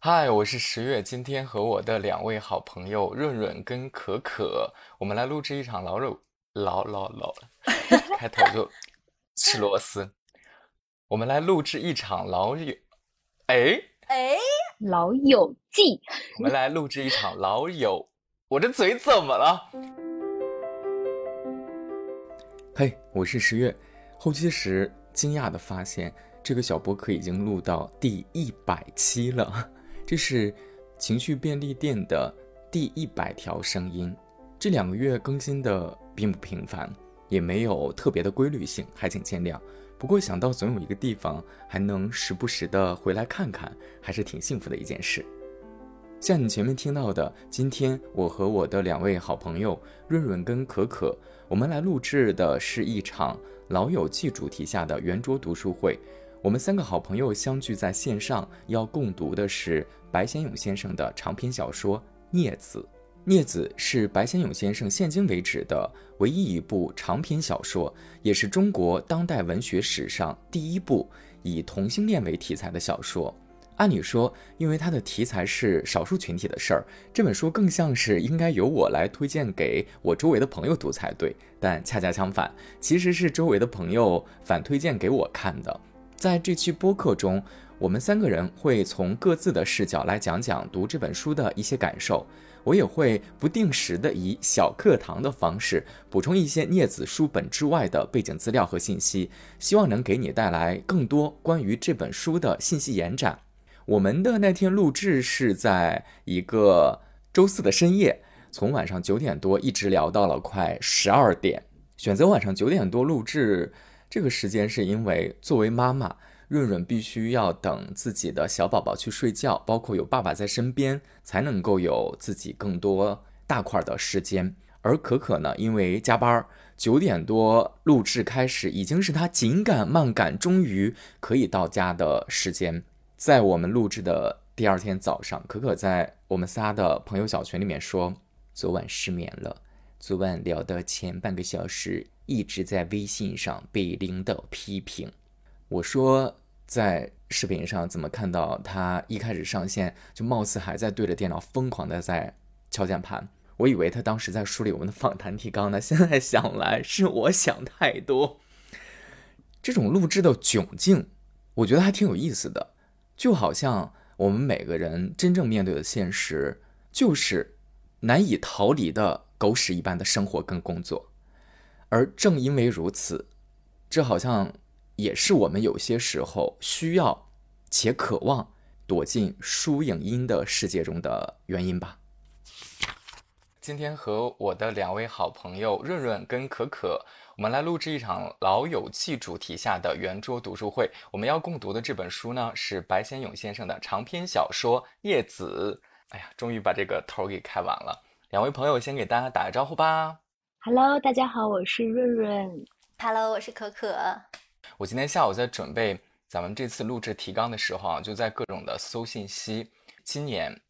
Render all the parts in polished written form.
嗨，我是十月，今天和我的两位好朋友润润跟可可，我们来录制一场老肉老老老，开头就吃螺丝，我们来录制一场老友，哎， 哎，老友记。 我们来录制一场老友，我这嘴怎么了？嘿，我是十月，后期时惊讶地发现，这个小播客已经录到第100期了，这是情绪便利店的第100条声音。这2个月更新的并不频繁，也没有特别的规律性，还请见谅。不过想到总有一个地方还能时不时的回来看看，还是挺幸福的一件事。像你前面听到的，今天我和我的2位好朋友润润跟可可，我们来录制的是一场老友记主题下的圆桌读书会。我们3个好朋友相聚在线上，要共读的是白先勇先生的长篇小说《孽子》。《孽子》是白先勇先生现今为止的唯一一部长篇小说，也是中国当代文学史上第一部以同性恋为题材的小说。按理说，因为它的题材是少数群体的事儿，这本书更像是应该由我来推荐给我周围的朋友读才对，但恰恰相反，其实是周围的朋友反推荐给我看的。在这期播客中，我们3个人会从各自的视角来讲讲读这本书的一些感受，我也会不定时的以小课堂的方式补充一些孽子书本之外的背景资料和信息，希望能给你带来更多关于这本书的信息延展。我们的那天录制是在一个周4的深夜，从晚上9点多一直聊到了快12点。选择晚上9点多录制这个时间，是因为作为妈妈，润润必须要等自己的小宝宝去睡觉，包括有爸爸在身边，才能够有自己更多大块的时间。而可可呢，因为加班，9点多录制开始，已经是她紧赶慢赶，终于可以到家的时间。在我们录制的第2天早上，可可在我们仨的朋友小群里面说，昨晚失眠了，昨晚聊的前半个小时一直在微信上被领导批评。我说在视频上怎么看到他一开始上线就貌似还在对着电脑疯狂的在敲键盘，我以为他当时在梳理我们的访谈提纲呢，现在想来是我想太多。这种录制的窘境我觉得还挺有意思的，就好像我们每个人真正面对的现实，就是难以逃离的狗屎一般的生活跟工作。而正因为如此，这好像也是我们有些时候需要且渴望躲进书影音的世界中的原因吧。今天和我的2位好朋友润润跟可可，我们来录制一场老友记主题下的圆桌读书会。我们要共读的这本书呢，是白先勇先生的长篇小说《孽子》。哎呀，终于把这个头给开完了。2位朋友先给大家打个招呼吧。 Hello，大家好，我是润润。 Hello，我是可可。 我今天下午在准备咱们这次录制提纲的时候就在各种的搜信息。今年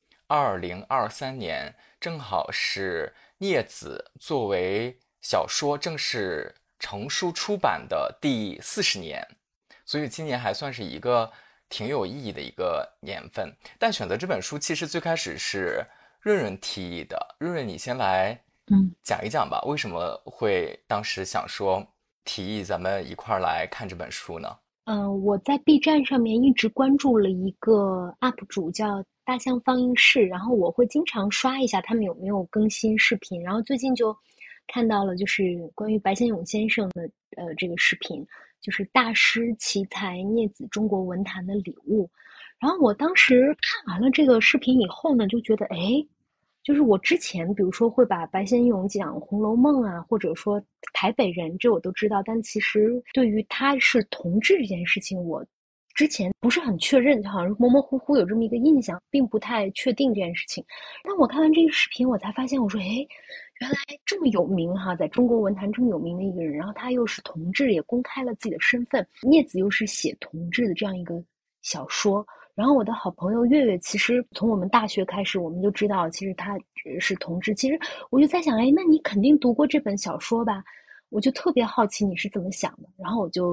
2023年正好是《孽子》作为小说正式成书出版的第40年，所以今年还算是一个挺有意义的一个年份。但选择这本书其实最开始是润润提议的。润润，你先来讲一讲吧，为什么会当时想说提议咱们一块儿来看这本书呢？ 我在 B 站上面一直关注了一个 UP 主叫大象放映室，然后我会经常刷一下他们有没有更新视频，然后最近就看到了就是关于白先勇先生的这个视频，就是大师奇才聂子中国文坛的礼物。然后我当时看完了这个视频以后呢，就觉得就是我之前比如说会把白先勇讲《红楼梦》啊，或者说台北人，这我都知道，但其实对于他是同志这件事情，我之前不是很确认，好像模模糊糊有这么一个印象，并不太确定这件事情。但我看完这个视频，我才发现，我说原来这么有名哈，在中国文坛这么有名的一个人，然后他又是同志，也公开了自己的身份，聂子又是写同志的这样一个小说。然后我的好朋友月月，其实从我们大学开始，我们就知道，其实他是同志。其实我就在想，那你肯定读过这本小说吧？我就特别好奇你是怎么想的。然后我就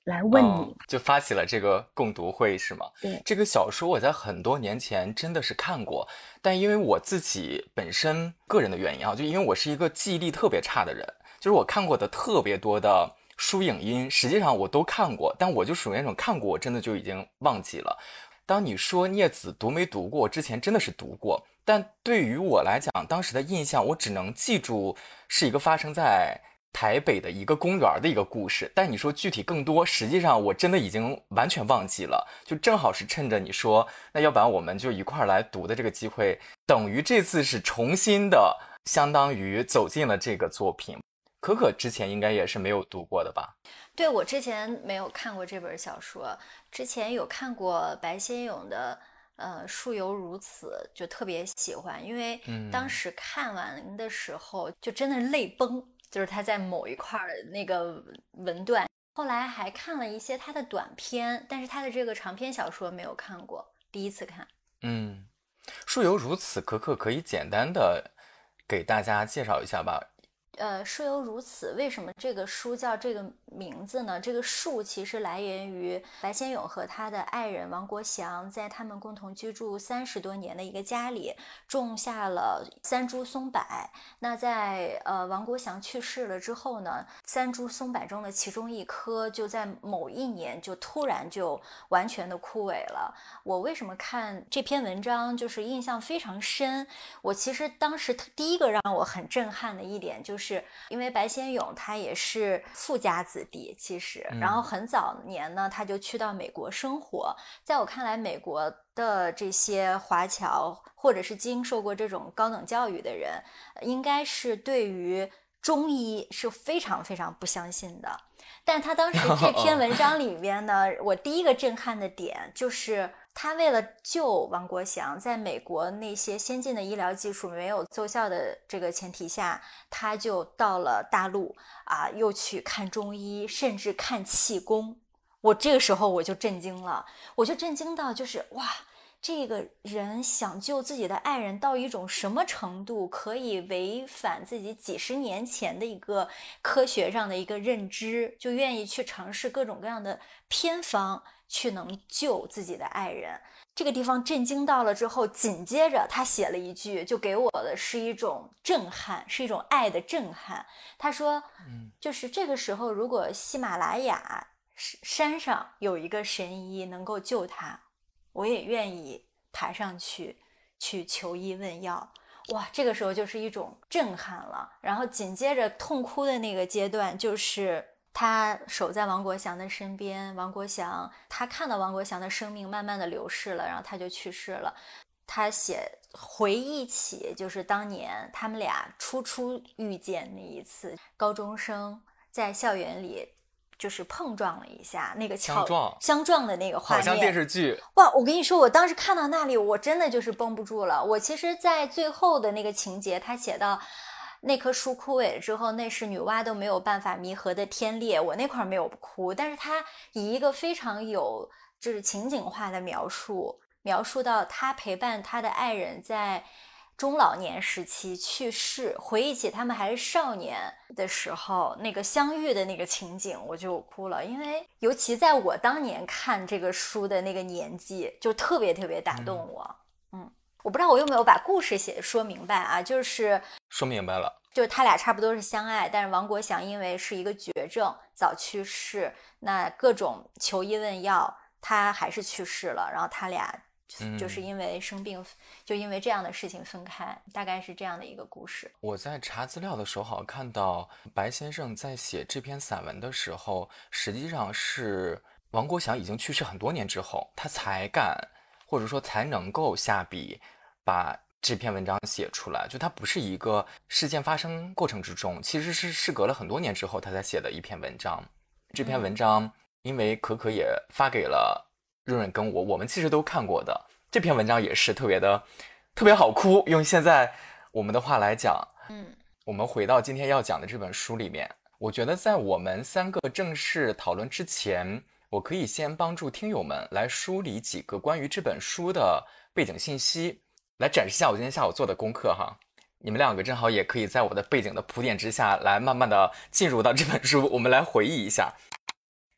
来问你， 就发起了这个共读会是吗？ 对， 这个小说我在很多年前真的是看过，但因为我自己本身个人的原因啊，就因为我是一个记忆力特别差的人，就是我看过的特别多的书影音，实际上我都看过，但我就属于那种看过我真的就已经忘记了。当你说孽子读没读过，之前真的是读过，但对于我来讲，当时的印象我只能记住是一个发生在台北的一个公园的一个故事，但你说具体更多，实际上我真的已经完全忘记了。就正好是趁着你说，那要不然我们就一块儿来读的这个机会，等于这次是重新的，相当于走进了这个作品。可可之前应该也是没有读过的吧？ 对，我之前没有看过这本小说，之前有看过白先勇的树犹如此，就特别喜欢，因为当时看完的时候就真的泪崩，就是他在某一块的那个文段。后来还看了一些他的短篇，但是他的这个长篇小说没有看过，第一次看。 树犹如此，可可可以简单的给大家介绍一下吧？ 树犹如此，为什么这个书叫这个名字呢？这个树其实来源于白先勇和他的爱人王国祥在他们共同居住30多年的一个家里种下了3株松柏。那在王国祥去世了之后呢，3株松柏中的其中一棵就在某一年就突然就完全的枯萎了。我为什么看这篇文章就是印象非常深？我其实当时第一个让我很震撼的一点就是因为白先勇他也是富家子弟，其实然后很早年呢他就去到美国生活。在我看来，美国的这些华侨或者是经受过这种高等教育的人，应该是对于中医是非常非常不相信的。但他当时这篇文章里面呢，我第一个震撼的点就是他为了救王国祥，在美国那些先进的医疗技术没有奏效的这个前提下，他就到了大陆啊，又去看中医，甚至看气功。我这个时候我就震惊了，我就震惊到就是哇，这个人想救自己的爱人到一种什么程度，可以违反自己几十年前的一个科学上的一个认知，就愿意去尝试各种各样的偏方去能救自己的爱人。这个地方震惊到了之后，紧接着他写了一句，就给我的是一种震撼，是一种爱的震撼。他说就是这个时候如果喜马拉雅山上有一个神医能够救他，我也愿意爬上去求医问药。哇，这个时候就是一种震撼了。然后紧接着痛哭的那个阶段，就是他守在王国祥的身边，王国祥他看到王国祥的生命慢慢的流逝了，然后他就去世了。他回忆起就是当年他们俩初遇见那一次，高中生在校园里就是碰撞了一下，那个相撞的那个画面， 好像电视剧。 哇！我跟你说，我当时看到那里，我真的就是绷不住了。我其实在最后的那个情节，他写到那棵树枯萎了之后，那是女娲都没有办法弥合的天裂，我那块没有哭，但是他以一个非常有就是情景化的描述到他陪伴他的爱人在中老年时期去世，回忆起他们还是少年的时候那个相遇的那个情景，我就哭了。因为尤其在我当年看这个书的那个年纪，就特别特别打动我。我不知道我有没有把故事说明白啊？就是说明白了， 就是他俩差不多是相爱，但是王国祥因为是一个绝症早去世，那各种求医问药，他还是去世了，然后他俩就是因为生病，就因为这样的事情分开，大概是这样的一个故事。 我在查资料的时候好像看到白先生在写这篇散文的时候，实际上是王国祥已经去世很多年之后，他才敢或者说才能够下笔把这篇文章写出来。就他不是一个事件发生过程之中，其实是事隔了很多年之后他才写的一篇文章。这篇文章因为可可也发给了润润跟我们其实都看过的。这篇文章也是特别好哭，用现在我们的话来讲。我们回到今天要讲的这本书里面，我觉得在我们3个正式讨论之前，我可以先帮助听友们来梳理几个关于这本书的背景信息，来展示一下我今天下午做的功课哈。你们2个正好也可以在我的背景的铺垫之下来慢慢的进入到这本书，我们来回忆一下。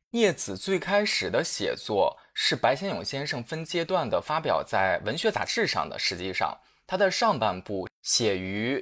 聂子最开始的写作是白先勇先生分阶段的发表在文学杂志上的，实际上他的上半部写于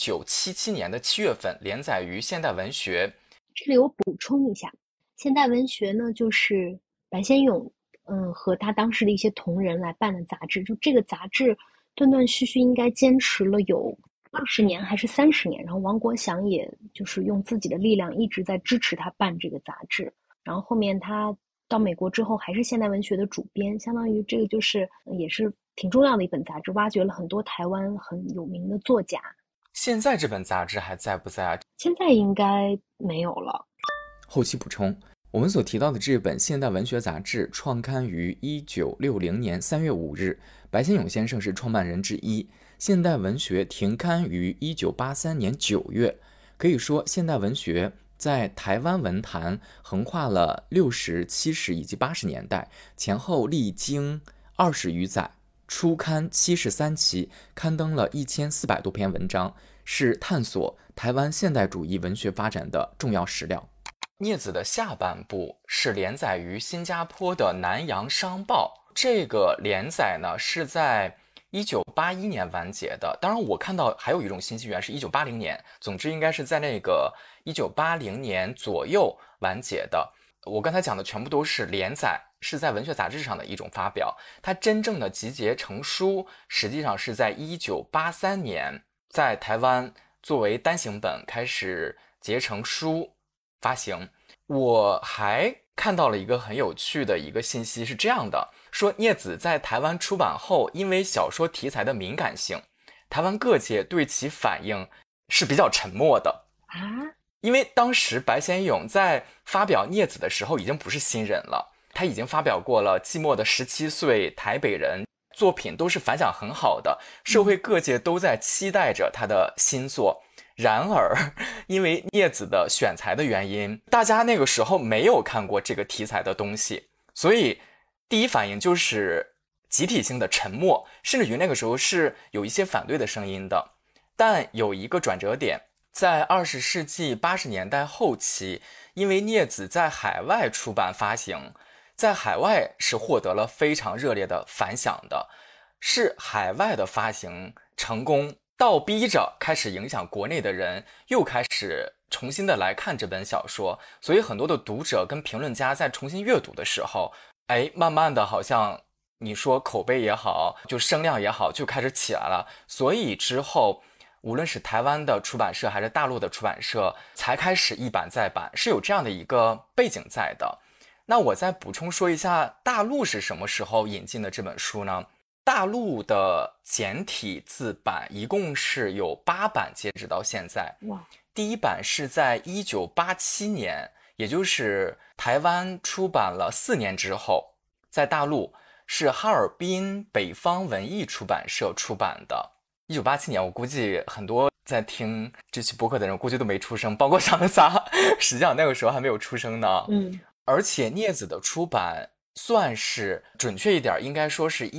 1977年的7月份，连载于现代文学。 这里我补充一下，现代文学呢，就是白先勇和他当时的一些同仁来办的杂志，就这个杂志断断续续应该坚持了有20年还是30年，然后王国祥也就是用自己的力量一直在支持他办这个杂志，然后后面他到美国之后还是现代文学的主编，相当于这个就是也是挺重要的一本杂志，挖掘了很多台湾很有名的作家。 现在这本杂志还在不在啊？ 现在应该没有了。 后期补充，我们所提到的这本现代文学杂志创刊于1960年3月5日，白先勇先生是创办人之一。现代文学停刊于1983年9月，可以说现代文学在台湾文坛横跨了60、70以及80年代，前后历经20余载，初刊73期，刊登了1400多篇文章，是探索台湾现代主义文学发展的重要史料。聂子的下半部是连载于新加坡的南洋商报，这个连载呢是在1981年完结的，当然我看到还有一种信息源是1980年，总之应该是在那个1980年左右完结的。我刚才讲的全部都是连载，是在文学杂志上的一种发表，它真正的集结成书实际上是在1983年在台湾作为单行本开始结成书发行。我还看到了一个很有趣的一个信息，是这样的，说聂子在台湾出版后，因为小说题材的敏感性，台湾各界对其反应是比较沉默的啊。 因为当时白先勇在发表聂子的时候已经不是新人了，他已经发表过了寂寞的17岁、台北人，作品都是反响很好的，社会各界都在期待着他的新作。然而因为聂子的选材的原因，大家那个时候没有看过这个题材的东西，所以第一反应就是集体性的沉默，甚至于那个时候是有一些反对的声音的。但有一个转折点，在20世纪80年代后期，因为聂子在海外出版发行，在海外是获得了非常热烈的反响的，是海外的发行成功倒逼着开始影响国内的人又开始重新的来看这本小说，所以很多的读者跟评论家在重新阅读的时候，慢慢的好像你说口碑也好，就声量也好，就开始起来了。所以之后无论是台湾的出版社还是大陆的出版社才开始一版再版，是有这样的一个背景在的。那我再补充说一下，大陆是什么时候引进的这本书呢？大陆的简体字版一共是有8版，截止到现在。第一版是在1987年，也就是台湾出版了4年之后，在大陆是哈尔滨北方文艺出版社出版的。1987年，我估计很多在听这期播客的人估计都没出生，包括咱们仨，实际上那个时候还没有出生呢。而且聂子的出版算是准确一点，应该说是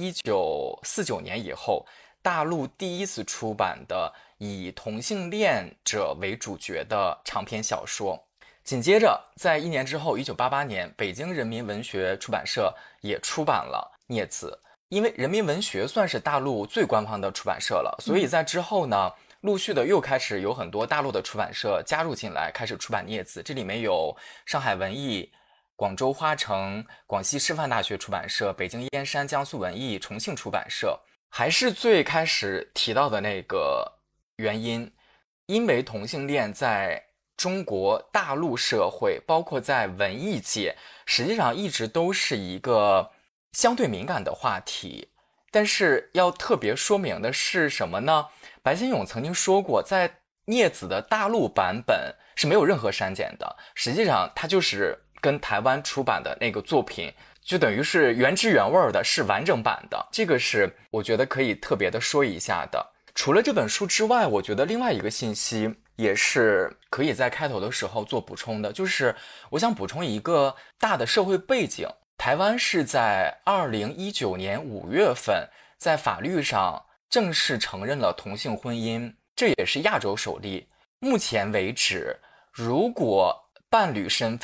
1949年以后大陆第一次出版的以同性恋者为主角的长篇小说。紧接着在1年之后，1988年北京人民文学出版社也出版了聂子。因为人民文学算是大陆最官方的出版社了，所以在之后呢，陆续的又开始有很多大陆的出版社加入进来，开始出版聂子。这里面有上海文艺、广州花城、广西师范大学出版社、北京燕山江苏文艺、重庆出版社。还是最开始提到的那个原因，因为同性恋在中国大陆社会，包括在文艺界，实际上一直都是一个相对敏感的话题。但是要特别说明的是什么呢？白先勇曾经说过，在聂子的大陆版本是没有任何删减的，实际上它就是跟台湾出版的那个作品就等于是原汁原味的，是完整版的。这个是我觉得可以特别的说一下的。除了这本书之外，我觉得另外一个信息也是可以在开头的时候做补充的，就是我想补充一个大的社会背景。台湾是在2019年5月份在法律上正式承认了同性婚姻，这也是亚洲首例。目前为止，如果伴侣身份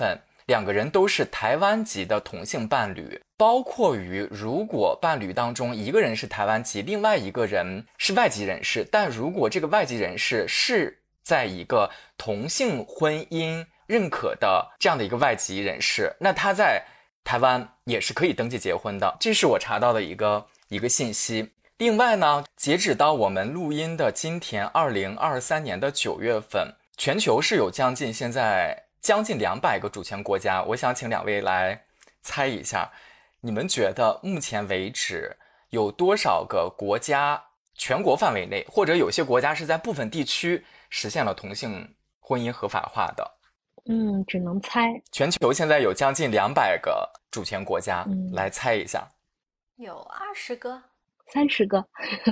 两个人都是台湾籍的同性伴侣，包括于如果伴侣当中一个人是台湾籍，另外一个人是外籍人士，但如果这个外籍人士是在一个同性婚姻认可的这样的一个外籍人士，那他在台湾也是可以登记结婚的，这是我查到的一个信息。另外呢，截止到我们录音的今天2023年的9月份，全球是有现在将近200个主权国家。我想请两位来猜一下，你们觉得目前为止有多少个国家全国范围内，或者有些国家是在部分地区实现了同性婚姻合法化的？ 只能猜。 全球现在有将近200个主权国家，来猜一下。 有20个、 30个。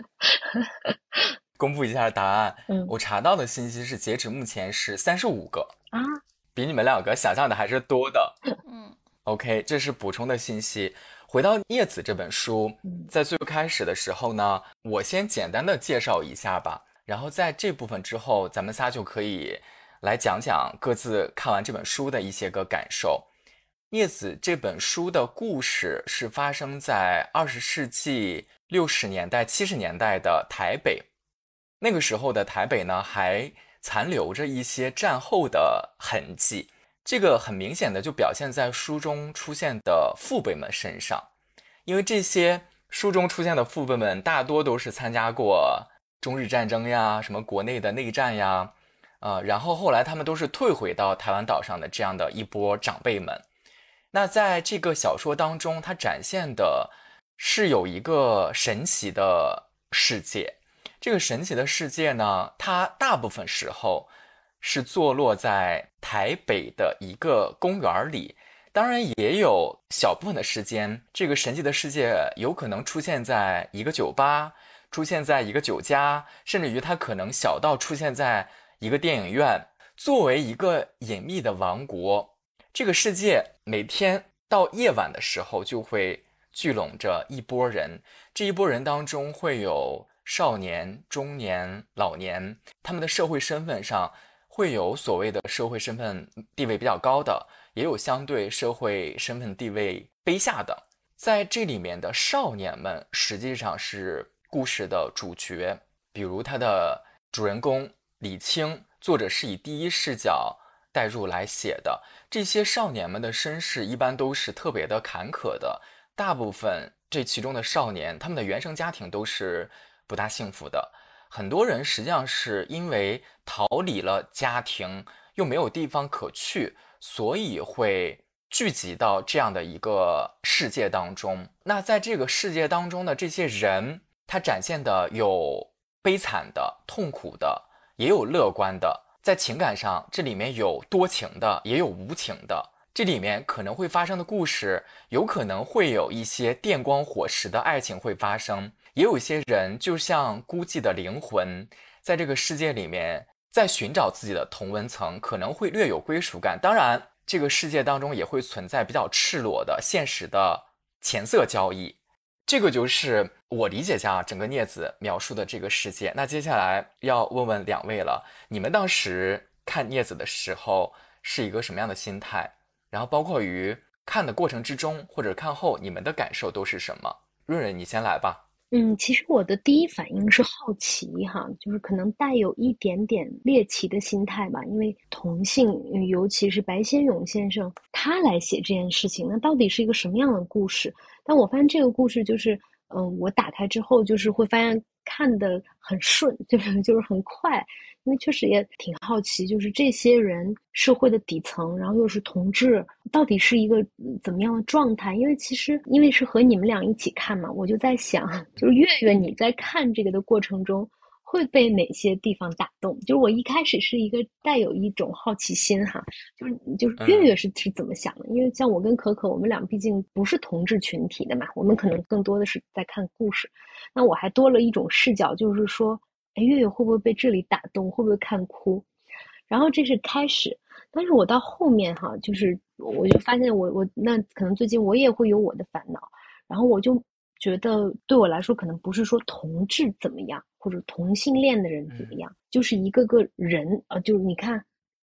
公布一下答案。我查到的信息是截止目前是35个啊， 比你们两个想象的还是多的。OK， 这是补充的信息。回到《孽子》这本书，在最开始的时候呢，我先简单的介绍一下吧，然后在这部分之后，咱们仨就可以来讲讲各自看完这本书的一些个感受。《孽子》这本书的故事是发生在20世纪60年代、70年代的台北。那个时候的台北呢，还残留着一些战后的痕迹。这个很明显的就表现在书中出现的父辈们身上，因为这些书中出现的父辈们大多都是参加过中日战争呀，什么国内的内战呀，然后后来他们都是退回到台湾岛上的这样的一波长辈们。那在这个小说当中，它展现的是有一个神奇的世界。这个神奇的世界呢，它大部分时候是坐落在台北的一个公园里，当然也有小部分的时间，这个神奇的世界有可能出现在一个酒吧，出现在一个酒家，甚至于它可能小到出现在一个电影院。作为一个隐秘的王国，这个世界每天到夜晚的时候就会聚拢着一拨人，这一拨人当中会有少年、中年、老年，他们的社会身份上会有所谓的社会身份地位比较高的，也有相对社会身份地位卑下的。在这里面的少年们实际上是故事的主角，比如他的主人公李青，作者是以第一视角带入来写的。这些少年们的身世一般都是特别的坎坷的，大部分这其中的少年，他们的原生家庭都是不大幸福的。很多人实际上是因为逃离了家庭，又没有地方可去，所以会聚集到这样的一个世界当中。那在这个世界当中的这些人，他展现的有悲惨的、痛苦的，也有乐观的。在情感上，这里面有多情的，也有无情的。这里面可能会发生的故事，有可能会有一些电光火石的爱情会发生，也有一些人就像孤寂的灵魂，在这个世界里面在寻找自己的同温层，可能会略有归属感。当然这个世界当中也会存在比较赤裸的现实的钱色交易。这个就是我理解下整个孽子描述的这个世界。那接下来要问问两位了，你们当时看孽子的时候是一个什么样的心态？然后包括于看的过程之中或者看后，你们的感受都是什么？润润你先来吧。 其实我的第一反应是好奇哈，就是可能带有一点点猎奇的心态吧。因为同性，尤其是白先勇先生他来写这件事情，那到底是一个什么样的故事？但我发现这个故事就是，我打开之后就是会发现看得很顺，就是很快。因为确实也挺好奇，就是这些人社会的底层，然后又是同志，到底是一个怎么样的状态？因为其实因为是和你们俩一起看嘛，我就在想，就是月月你在看这个的过程中会被哪些地方打动？就是我一开始是一个带有一种好奇心哈，就是月月是怎么想的？因为像我跟可可，我们俩毕竟不是同志群体的嘛，我们可能更多的是在看故事。那我还多了一种视角，就是说，月月会不会被这里打动，会不会看哭？然后这是开始，但是我到后面哈，就是我就发现我那可能最近我也会有我的烦恼，然后我就觉得对我来说可能不是说同志怎么样，或者同性恋的人怎么样，就是一个个人就是你看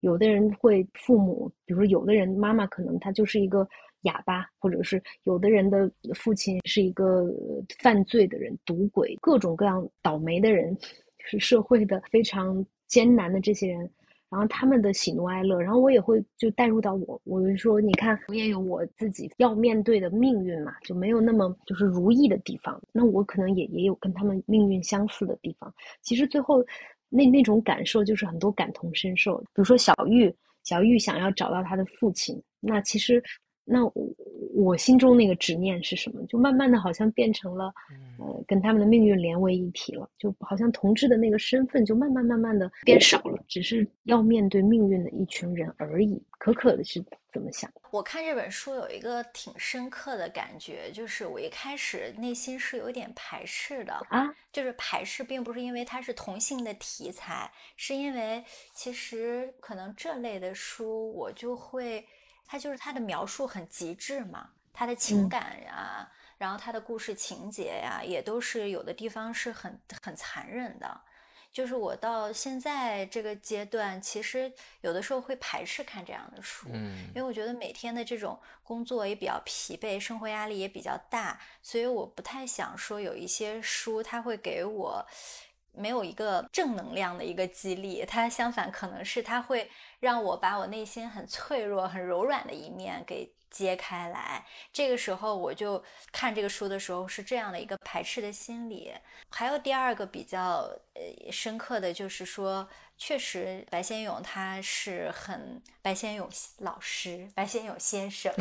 有的人会父母，比如说有的人妈妈可能她就是一个哑巴，或者是有的人的父亲是一个犯罪的人、赌鬼，各种各样倒霉的人，是社会的非常艰难的这些人，然后他们的喜怒哀乐，然后我也会就带入到我就说，你看我也有我自己要面对的命运嘛，就没有那么就是如意的地方，那我可能也有跟他们命运相似的地方。其实最后那种感受就是很多感同身受，比如说小玉想要找到他的父亲，那其实那我心中那个执念是什么？就慢慢的好像变成了，跟他们的命运连为一体了，就好像同志的那个身份就慢慢的变少了，只是要面对命运的一群人而已。可可的是怎么想？ 我看这本书有一个挺深刻的感觉，就是我一开始内心是有点排斥的啊， 就是排斥并不是因为它是同性的题材，是因为其实可能这类的书我就会，它就是它的描述很极致嘛，它的情感呀，然后它的故事情节呀，也都是有的地方是很残忍的。就是我到现在这个阶段，其实有的时候会排斥看这样的书，因为我觉得每天的这种工作也比较疲惫，生活压力也比较大，所以我不太想说有一些书它会给我没有一个正能量的一个激励，它相反可能是它会让我把我内心很脆弱很柔软的一面给揭开来，这个时候我就看这个书的时候是这样的一个排斥的心理。还有第二个比较深刻的就是说，确实白先勇他是很白先勇老师，白先勇先生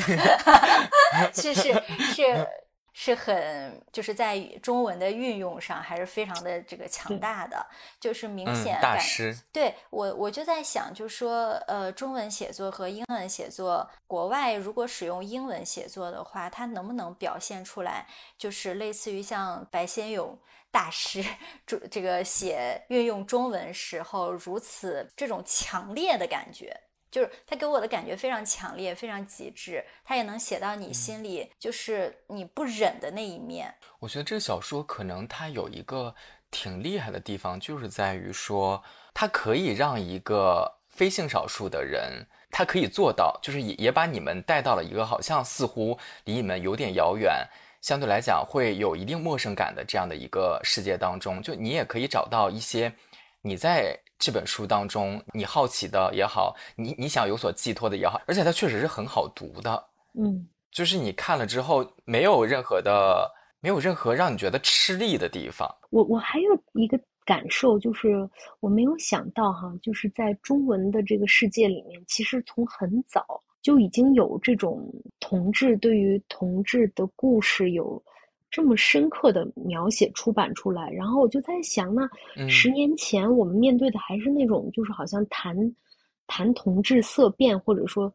是很就是在中文的运用上还是非常的这个强大的，就是明显大师。 对，我就在想，就是说中文写作和英文写作，国外如果使用英文写作的话，它能不能表现出来，就是类似于像白先勇大师这个运用中文时候如此这种强烈的感觉，就是他给我的感觉非常强烈非常极致，他也能写到你心里就是你不忍的那一面。 我觉得这个小说可能它有一个挺厉害的地方，就是在于说它可以让一个非性少数的人，他可以做到就是也把你们带到了一个好像似乎离你们有点遥远，相对来讲会有一定陌生感的这样的一个世界当中，就你也可以找到一些你在这本书当中你好奇的也好，你想有所寄托的也好，而且它确实是很好读的。就是你看了之后没有任何让你觉得吃力的地方。 我还有一个感受，就是我没有想到哈，就是在中文的这个世界里面，其实从很早就已经有这种同志对于同志的故事有这么深刻的描写出版出来。然后我就在想呢，10年前我们面对的还是那种就是好像谈同志色变，或者说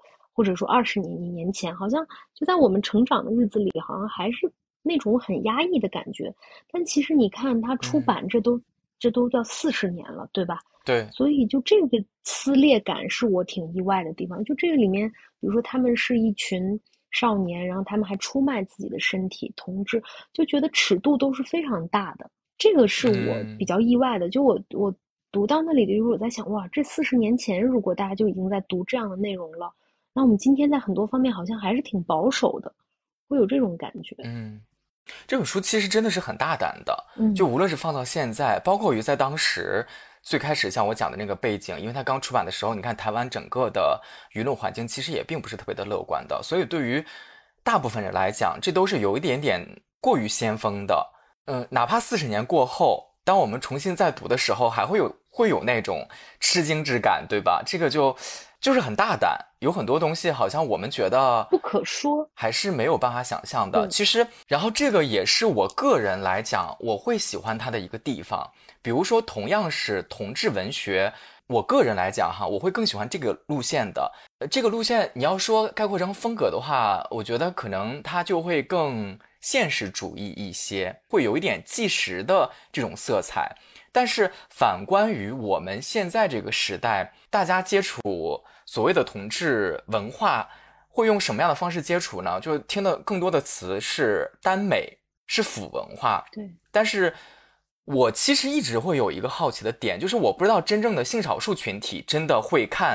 20年前，好像就在我们成长的日子里，好像还是那种很压抑的感觉。但其实你看它出版，这都要40年了，对吧？ 对， 所以就这个撕裂感是我挺意外的地方。就这个里面，比如说他们是一群少年，然后他们还出卖自己的身体，同志，就觉得尺度都是非常大的。这个是我比较意外的。就我读到那里的时候，我在想，哇，这40年前如果大家就已经在读这样的内容了，那我们今天在很多方面好像还是挺保守的，会有这种感觉。 这本书其实真的是很大胆的，就无论是放到现在，包括于在当时最开始像我讲的那个背景，因为它刚出版的时候，你看台湾整个的舆论环境其实也并不是特别的乐观的，所以对于大部分人来讲，这都是有一点点过于先锋的。哪怕40年过后，当我们重新再读的时候，还会有那种吃惊之感，对吧？这个就是很大胆，有很多东西好像我们觉得不可说， 还是没有办法想象的。其实，然后这个也是我个人来讲，我会喜欢它的一个地方。比如说，同样是同志文学，我个人来讲哈，我会更喜欢这个路线的。这个路线你要说概括成风格的话，我觉得可能它就会更现实主义一些，会有一点纪实的这种色彩。但是反观于我们现在这个时代，大家接触所谓的同志文化会用什么样的方式接触呢？就听的更多的词是耽美，是腐文化。 对， 但是我其实一直会有一个好奇的点，就是我不知道真正的性少数群体真的会看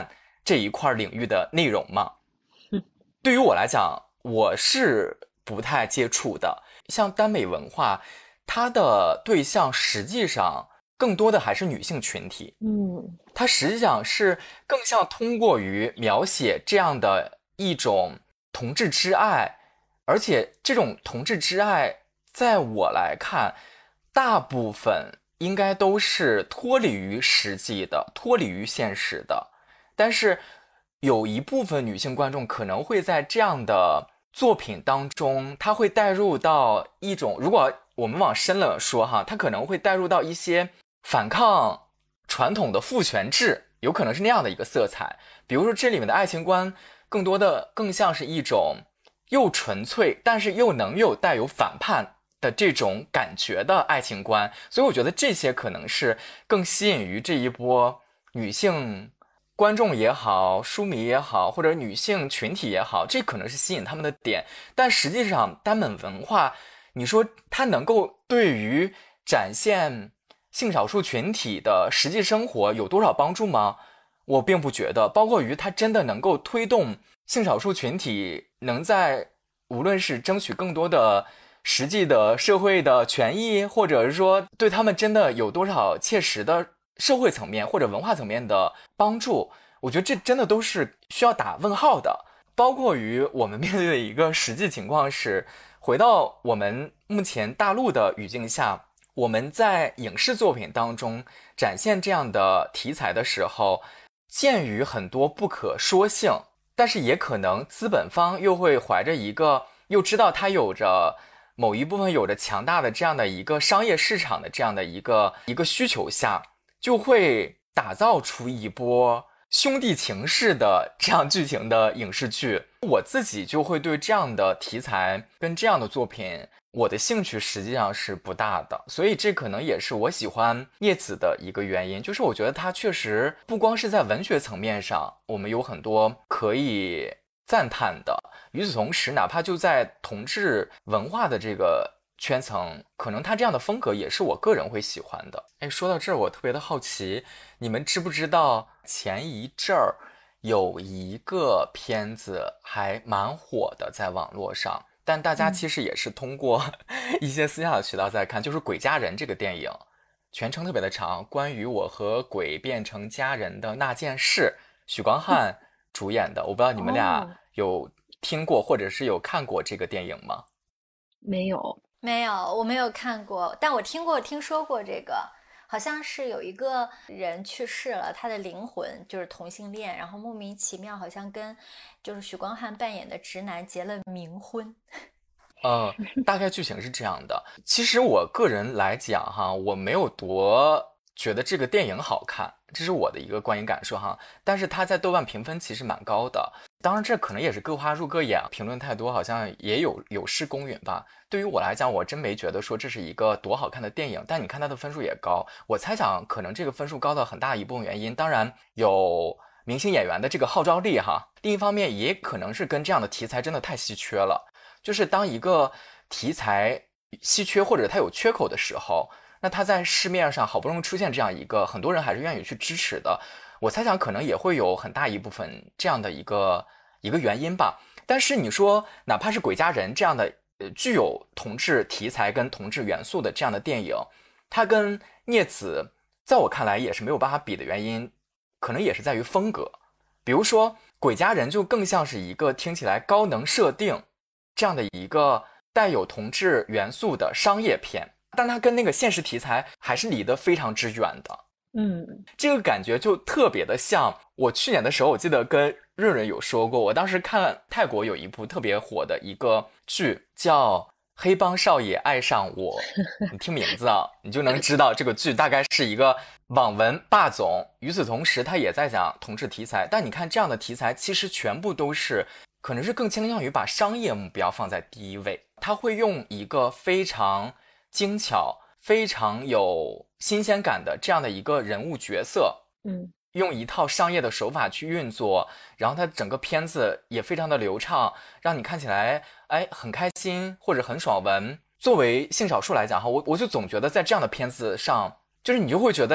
这一块领域的内容吗？对于我来讲，我是不太接触的。像耽美文化，它的对象实际上更多的还是女性群体。它实际上是更像通过于描写这样的一种同志之爱，而且这种同志之爱，在我来看，大部分应该都是脱离于实际的，脱离于现实的。但是有一部分女性观众可能会在这样的作品当中，她会带入到一种，如果我们往深了说哈，她可能会带入到一些反抗传统的父权制，有可能是那样的一个色彩。比如说这里面的爱情观更像是一种又纯粹但是又能有带有反叛的这种感觉的爱情观，所以我觉得这些可能是更吸引于这一波女性观众也好，书迷也好，或者女性群体也好，这可能是吸引他们的点。但实际上耽美文化，你说它能够对于展现性少数群体的实际生活有多少帮助吗？我并不觉得。包括于它真的能够推动性少数群体能在无论是争取更多的实际的社会的权益，或者是说对他们真的有多少切实的社会层面或者文化层面的帮助，我觉得这真的都是需要打问号的。包括于我们面对的一个实际情况是，回到我们目前大陆的语境下，我们在影视作品当中展现这样的题材的时候，鉴于很多不可说性，但是也可能资本方又会怀着一个又知道它有着某一部分有着强大的这样的一个商业市场的这样的一个需求下，就会打造出一波兄弟情式的这样剧情的影视剧。我自己就会对这样的题材跟这样的作品，我的兴趣实际上是不大的，所以这可能也是我喜欢叶子的一个原因，就是我觉得它确实不光是在文学层面上我们有很多可以赞叹的，与此同时哪怕就在同志文化的这个圈层，可能他这样的风格也是我个人会喜欢的。说到这儿，我特别的好奇，你们知不知道前一阵儿有一个片子还蛮火的在网络上，但大家其实也是通过一些私下的渠道在看，就是《鬼家人》这个电影，全程特别的长，关于我和鬼变成家人的那件事，许光汉主演的。我不知道你们俩有听过或者是有看过这个电影吗？ 没有， 我没有看过，但我听说过这个。好像是有一个人去世了，他的灵魂就是同性恋，然后莫名其妙好像跟就是许光汉扮演的直男结了冥婚。 大概剧情是这样的。其实我个人来讲哈，我没有多觉得这个电影好看，这是我的一个观影感受哈。但是它在豆瓣评分其实蛮高的，当然这可能也是各花入各眼，评论太多好像也有失公允吧。对于我来讲，我真没觉得说这是一个多好看的电影，但你看它的分数也高，我猜想可能这个分数高的很大一部分原因，当然有明星演员的这个号召力哈，另一方面也可能是跟这样的题材真的太稀缺了。就是当一个题材稀缺或者它有缺口的时候，那它在市面上好不容易出现这样一个很多人还是愿意去支持的，我猜想可能也会有很大一部分这样的一个原因吧。但是你说哪怕是《鬼家人》这样的具有同志题材跟同志元素的这样的电影，它跟孽子在我看来也是没有办法比的原因，可能也是在于风格。比如说《鬼家人》就更像是一个听起来高能设定这样的一个带有同志元素的商业片，但它跟那个现实题材还是离得非常之远的。这个感觉就特别的像我去年的时候，我记得跟润润有说过，我当时看泰国有一部特别火的一个剧叫《黑帮少爷爱上我》，你听名字啊，你就能知道这个剧大概是一个网文霸总。与此同时，他也在讲同志题材，但你看这样的题材其实全部都是可能是更倾向于把商业目标放在第一位，他会用一个非常精巧非常有新鲜感的这样的一个人物角色，用一套商业的手法去运作，然后它整个片子也非常的流畅，让你看起来很开心或者很爽文。作为性少数来讲哈，我就总觉得在这样的片子上，就是你就会觉得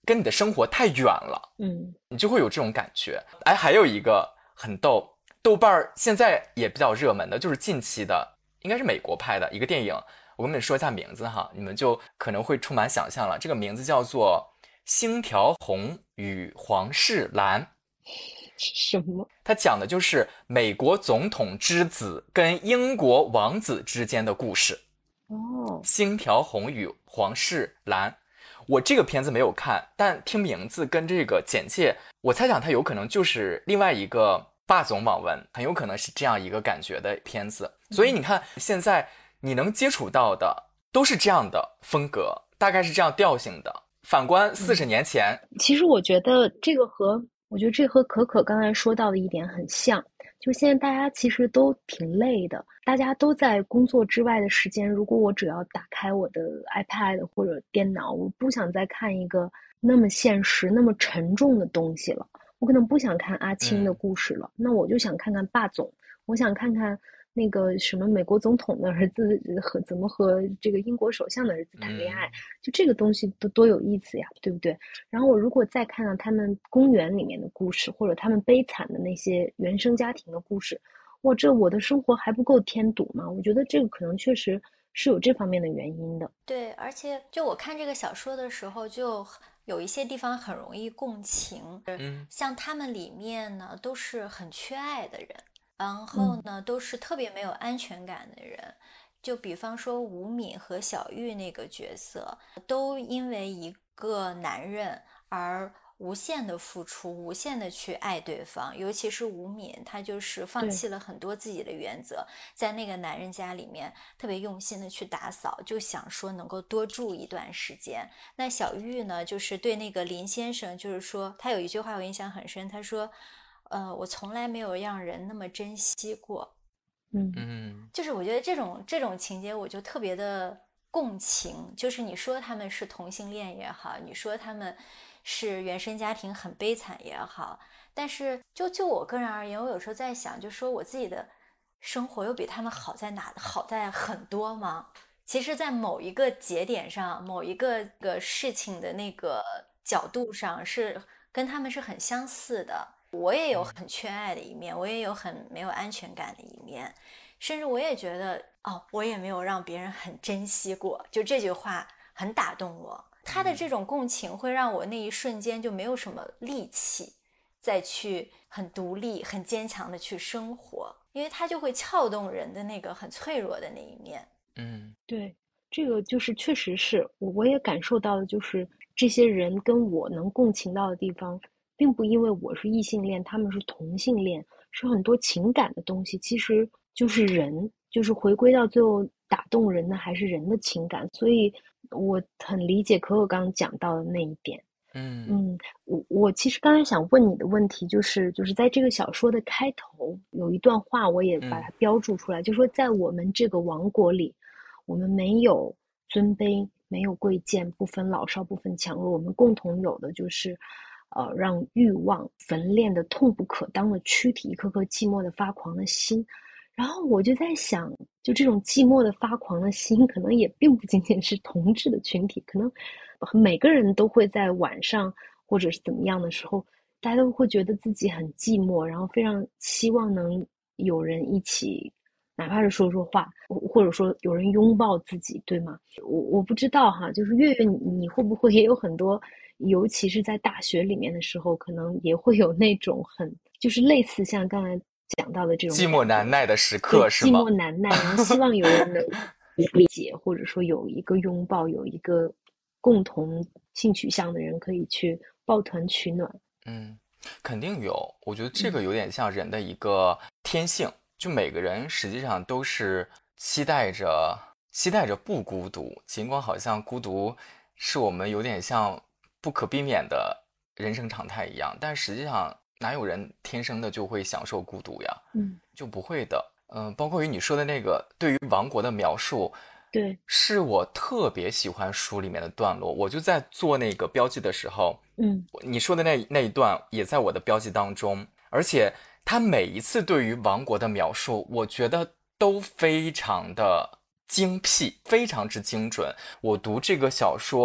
跟你的生活太远了，你就会有这种感觉。哎，还有一个很逗，豆瓣现在也比较热门的，就是近期的，应该是美国拍的一个电影，我跟你们说一下名字哈，你们就可能会充满想象了。这个名字叫做《星条红与黄世兰》。 什么？ 它讲的就是美国总统之子跟英国王子之间的故事。星条红与黄世兰。我这个片子没有看，但听名字跟这个简介，我猜想它有可能就是另外一个霸总网文，很有可能是这样一个感觉的片子。所以你看，现在你能接触到的都是这样的风格，大概是这样调性的。反观40年前， 其实我觉得这和可可刚才说到的一点很像，就现在大家其实都挺累的，大家都在工作之外的时间，如果我只要打开我的 iPad 或者电脑，我不想再看一个那么现实、那么沉重的东西了，我可能不想看阿青的故事了，那我就想看看霸总，我想看看那个什么美国总统的儿子怎么和这个英国首相的儿子谈恋爱，就这个东西多有意思呀，对不对？然后我如果再看到他们公园里面的故事，或者他们悲惨的那些原生家庭的故事，哇，这我的生活还不够添堵吗？我觉得这个可能确实是有这方面的原因的。 对，而且就我看这个小说的时候，就有一些地方很容易共情。像他们里面呢，都是很缺爱的人。然后呢，都是特别没有安全感的人，就比方说吴敏和小玉那个角色，都因为一个男人而无限的付出，无限的去爱对方。尤其是吴敏，她就是放弃了很多自己的原则，在那个男人家里面特别用心的去打扫，就想说能够多住一段时间。那小玉呢，就是对那个林先生，就是说他有一句话我印象很深，他说我从来没有让人那么珍惜过。就是我觉得这种情节我就特别的共情，就是你说他们是同性恋也好，你说他们是原生家庭很悲惨也好，但是就我个人而言，我有时候在想，就说我自己的生活又比他们好在很多吗？其实在某一个节点上，某一个事情的那个角度上，是跟他们是很相似的。我也有很缺爱的一面，我也有很没有安全感的一面，甚至我也觉得我也没有让别人很珍惜过，就这句话很打动我。他的这种共情会让我那一瞬间就没有什么力气再去很独立很坚强的去生活，因为他就会撬动人的那个很脆弱的那一面。 对，这个就是确实是我也感受到的，就是这些人跟我能共情到的地方，并不因为我是异性恋，他们是同性恋，是很多情感的东西，其实就是人，就是回归到最后打动人的还是人的情感，所以我很理解可可刚刚讲到的那一点。我其实刚才想问你的问题就是在这个小说的开头有一段话，我也把它标注出来，就说在我们这个王国里，我们没有尊卑，没有贵贱，不分老少，不分强弱，我们共同有的就是让欲望焚炼的痛不可当的躯体，一颗颗寂寞的发狂的心。然后我就在想，就这种寂寞的发狂的心，可能也并不仅仅是同志的群体，可能每个人都会在晚上或者是怎么样的时候，大家都会觉得自己很寂寞，然后非常希望能有人一起，哪怕是说说话，或者说有人拥抱自己，对吗？我不知道哈，就是月月你会不会也有很多，尤其是在大学里面的时候，可能也会有那种就是类似像刚才讲到的这种寂寞难耐的时刻是吗？ 寂寞难耐，然后希望有人能理解，或者说有一个拥抱，有一个共同性取向的人可以去抱团取暖。 肯定有，我觉得这个有点像人的一个天性，就每个人实际上都是期待着不孤独，尽管好像孤独是我们有点像不可避免的人生常态一样，但实际上哪有人天生的就会享受孤独呀？就不会的。包括于你说的那个对于王国的描述， 对， 是我特别喜欢书里面的段落。我就在做那个标记的时候，你说的那一段也在我的标记当中，而且他每一次对于王国的描述，我觉得都非常的精辟，非常之精准。我读这个小说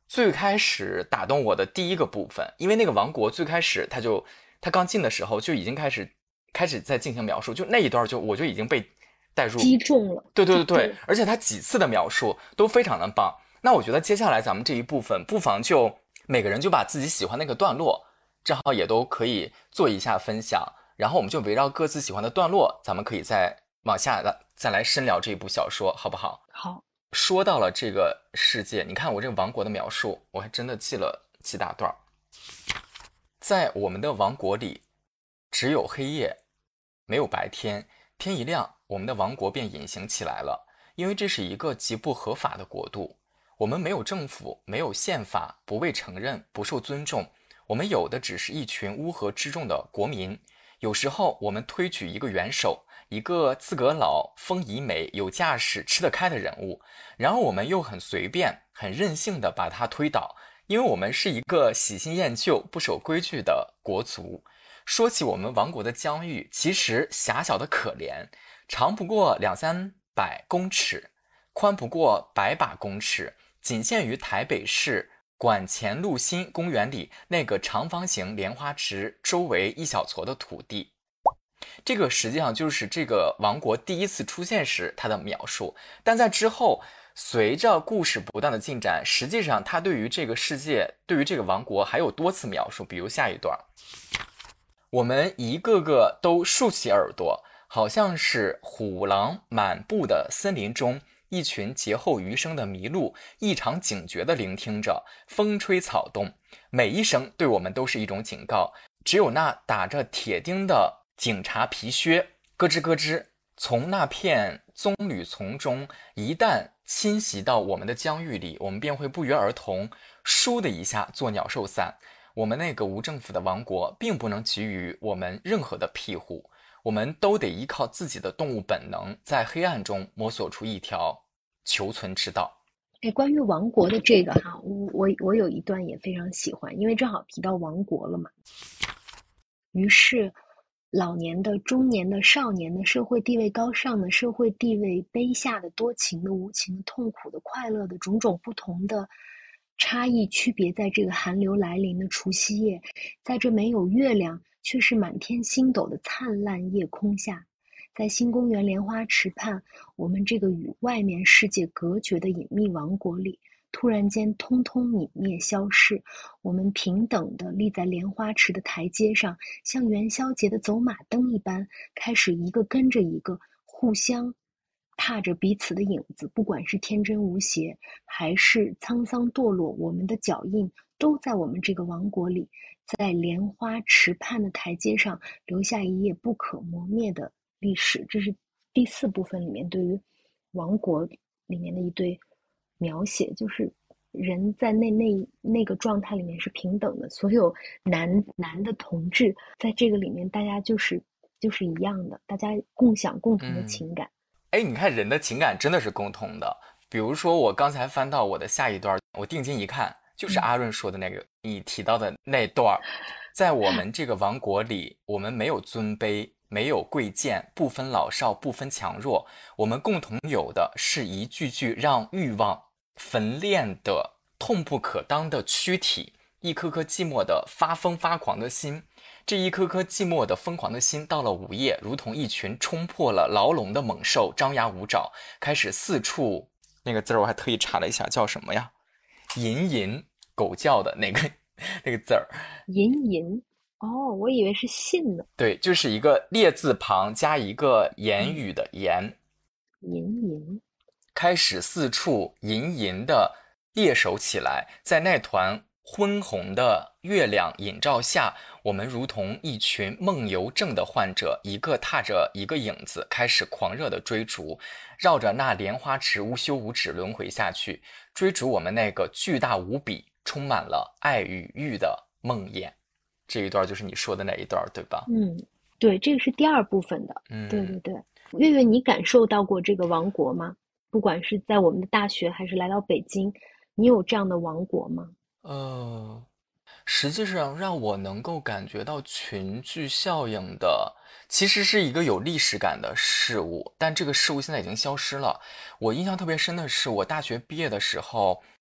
最开始打动我的第一个部分，因为那个王国最开始他刚进的时候就已经开始在进行描述，就那一段我就已经被带入击中了。 对，而且他几次的描述都非常的棒。那我觉得接下来咱们这一部分不妨就每个人就把自己喜欢那个段落正好也都可以做一下分享，然后我们就围绕各自喜欢的段落，咱们可以再往下再来深聊这一部小说，好不好？ 好。 说到了这个世界，你看我这个王国的描述，我还真的记了几大段。在我们的王国里，只有黑夜，没有白天。天一亮，我们的王国便隐形起来了，因为这是一个极不合法的国度。我们没有政府，没有宪法，不被承认，不受尊重。我们有的只是一群乌合之众的国民。有时候我们推举一个元首，一个资格老、风仪美、有架势、吃得开的人物，然后我们又很随便、很任性地把他推倒，因为我们是一个喜新厌旧、不守规矩的国族。说起我们王国的疆域，其实狭小的可怜，长不过200-300公尺，宽不过100把公尺，仅限于台北市馆前路新公园里那个长方形莲花池周围一小撮的土地。这个实际上就是这个王国第一次出现时它的描述，但在之后随着故事不断的进展，实际上它对于这个世界，对于这个王国还有多次描述。比如下一段，我们一个个都竖起耳朵，好像是虎狼满布的森林中一群劫后余生的麋鹿，异常警觉地聆听着风吹草动，每一声对我们都是一种警告。只有那打着铁钉的警察皮靴咯吱咯吱从那片棕榈丛中一旦侵袭到我们的疆域里，我们便会不约而同倏的一下做鸟兽散。我们那个无政府的王国并不能给予我们任何的庇护，我们都得依靠自己的动物本能，在黑暗中摸索出一条求存之道。 关于王国的这个哈，我有一段也非常喜欢，因为正好提到王国了嘛。于是老年的、中年的、少年的，社会地位高尚的、社会地位卑下的、多情的、无情的、痛苦的、快乐的，种种不同的差异区别，在这个寒流来临的除夕夜，在这没有月亮却是满天星斗的灿烂夜空下，在新公园莲花池畔，我们这个与外面世界隔绝的隐秘王国里，突然间通通泯灭消逝。我们平等地立在莲花池的台阶上，像元宵节的走马灯一般，开始一个跟着一个，互相踏着彼此的影子，不管是天真无邪，还是沧桑堕落，我们的脚印都在我们这个王国里，在莲花池畔的台阶上留下一页不可磨灭的历史。这是第4部分里面对于王国里面的一堆描写，就是人在那个状态里面是平等的，所有男的同志在这个里面大家就是一样的，大家共享共同的情感。 你看人的情感真的是共同的。比如说我刚才翻到我的下一段，我定睛一看，就是阿润说的那个你提到的那段，在我们这个王国里，我们没有尊卑，没有贵贱，不分老少，不分强弱，我们共同有的是一具具让欲望焚炼的痛不可当的躯体，一颗颗寂寞的发疯发狂的心。这一颗颗寂寞的疯狂的心，到了午夜，如同一群冲破了牢笼的猛兽，张牙舞爪，开始四处，那个字儿我还特意查了一下，叫什么呀？吟吟狗叫的那个字儿。 吟吟，哦，我以为是信呢。 对，就是一个列字旁加一个言语的言。 吟吟， 开始四处吟吟的猎手起来，在那团昏红的月亮映照下，我们如同一群梦游症的患者，一个踏着一个影子，开始狂热的追逐，绕着那莲花池无休无止轮回下去，追逐我们那个巨大无比、充满了爱与欲的梦魇。这一段就是你说的那一段，对吧？ 对，这个是第2部分的。对。月月，你感受到过这个王国吗？不管是在我们的大学，还是来到北京，你有这样的王国吗？ 实际上让我能够感觉到群聚效应的，其实是一个有历史感的事物，但这个事物现在已经消失了。我印象特别深的是，我大学毕业的时候，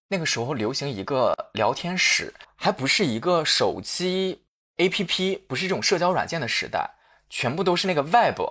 那个时候流行一个聊天室，还不是一个手机 APP， 不是这种社交软件的时代，全部都是那个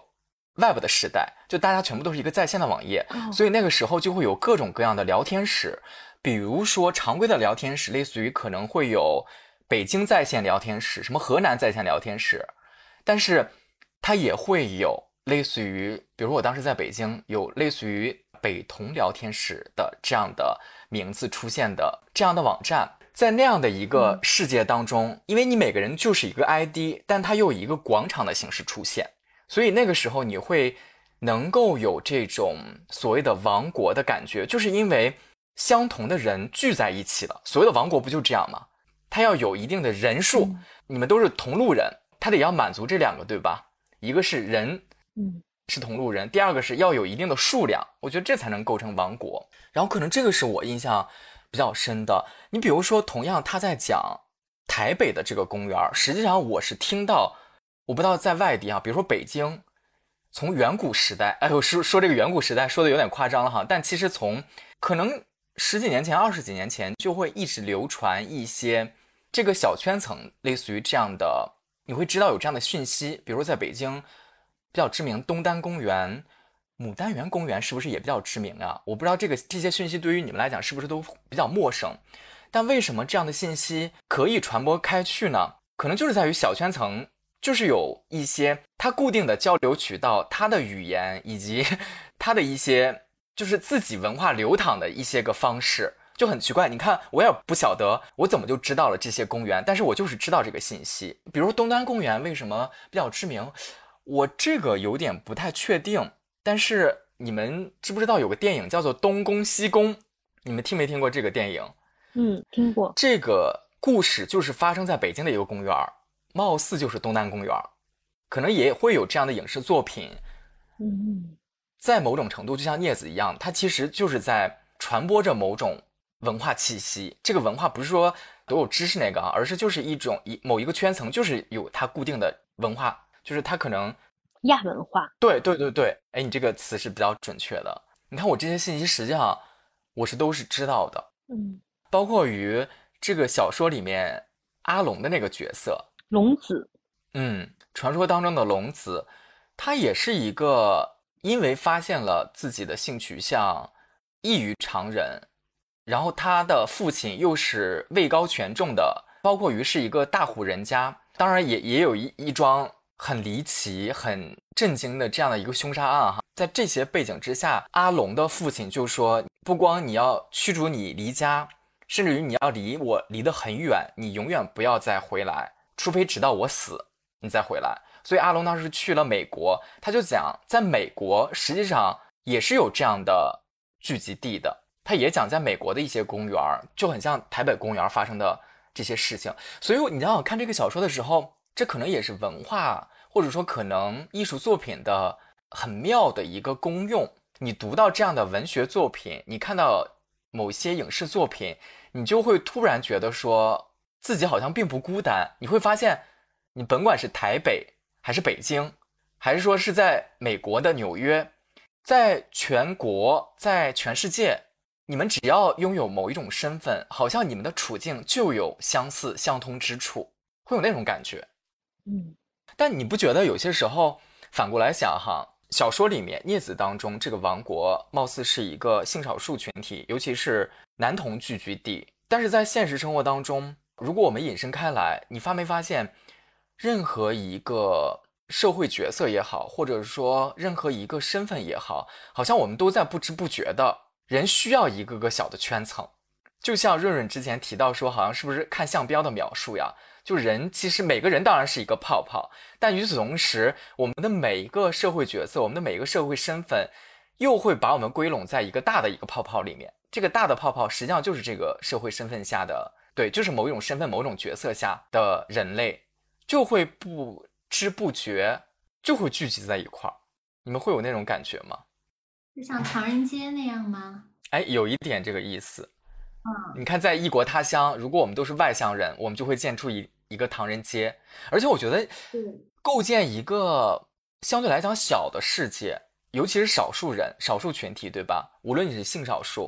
Web 的时代，就大家全部都是一个在线的网页，所以那个时候就会有各种各样的聊天室，比如说常规的聊天室，类似于可能会有北京在线聊天室，什么河南在线聊天室，但是它也会有类似于，比如我当时在北京，有类似于北同聊天室的这样的名字出现的这样的网站。在那样的一个世界当中，因为你每个人就是一个 ID， 但它又以一个广场的形式出现，所以那个时候你会能够有这种所谓的王国的感觉，就是因为相同的人聚在一起了。所谓的王国不就这样吗？它要有一定的人数，你们都是同路人，它得要满足这两个，对吧？一个是人，是同路人，第二个是要有一定的数量，我觉得这才能构成王国。然后可能这个是我印象比较深的。你比如说，同样他在讲台北的这个公园，实际上我是听到，我不知道在外地啊，比如说北京，从远古时代，哎呦，说这个远古时代说的有点夸张了哈，但其实从可能10几年前、20几年前就会一直流传一些这个小圈层，类似于这样的，你会知道有这样的讯息，比如在北京比较知名东单公园、牡丹园公园是不是也比较知名啊？我不知道这些讯息对于你们来讲是不是都比较陌生，但为什么这样的信息可以传播开去呢？可能就是在于小圈层就是有一些它固定的交流渠道，它的语言以及它的一些就是自己文化流淌的一些个方式，就很奇怪。你看我也不晓得我怎么就知道了这些公园，但是我就是知道这个信息。比如东单公园为什么比较知名，我这个有点不太确定，但是你们知不知道有个电影叫做《东宫西宫》？你们听没听过这个电影？ 听过。 这个故事就是发生在北京的一个公园，貌似就是东单公园，可能也会有这样的影视作品。在某种程度就像镊子一样，它其实就是在传播着某种文化气息。这个文化不是说都有知识那个而是就是某一个圈层就是有它固定的文化，就是它可能亚文化。 对，哎，你这个词是比较准确的。你看我这些信息实际上我都是知道的。包括于这个小说里面阿龙的那个角色龙子， 传说当中的龙子，他也是一个因为发现了自己的性取向异于常人，然后他的父亲又是位高权重的，包括于是一个大户人家，当然也有一桩很离奇很震惊的这样的一个凶杀案哈。在这些背景之下，阿龙的父亲就说，不光你要驱逐你离家，甚至于你要离得很远，你永远不要再回来，除非直到我死你再回来。所以阿龙当时去了美国，他就讲在美国实际上也是有这样的聚集地的，他也讲在美国的一些公园就很像台北公园发生的这些事情。所以你让我看这个小说的时候，这可能也是文化或者说可能艺术作品的很妙的一个功用。你读到这样的文学作品，你看到某些影视作品，你就会突然觉得说自己好像并不孤单。你会发现你甭管是台北还是北京，还是说是在美国的纽约，在全国在全世界，你们只要拥有某一种身份，好像你们的处境就有相似相通之处，会有那种感觉。但你不觉得有些时候反过来想哈，小说里面镊子当中这个王国貌似是一个性少数群体，尤其是男童聚居地，但是在现实生活当中，如果我们引申开来，你发没发现任何一个社会角色也好，或者说任何一个身份也好，好像我们都在不知不觉的人需要一个个小的圈层。就像润润之前提到说，好像是不是看项标的描述呀，就人其实每个人当然是一个泡泡，但与此同时，我们的每一个社会角色，我们的每一个社会身份又会把我们归拢在一个大的一个泡泡里面。这个大的泡泡实际上就是这个社会身份下的，对，就是某一种身份某种角色下的人类，就会不知不觉就会聚集在一块儿。你们会有那种感觉吗？ 就像唐人街那样吗？ 哎，有一点这个意思。你看在异国他乡，如果我们都是外乡人，我们就会建出一个唐人街。而且我觉得构建一个相对来讲小的世界，尤其是少数人少数群体，对吧？无论你是性少数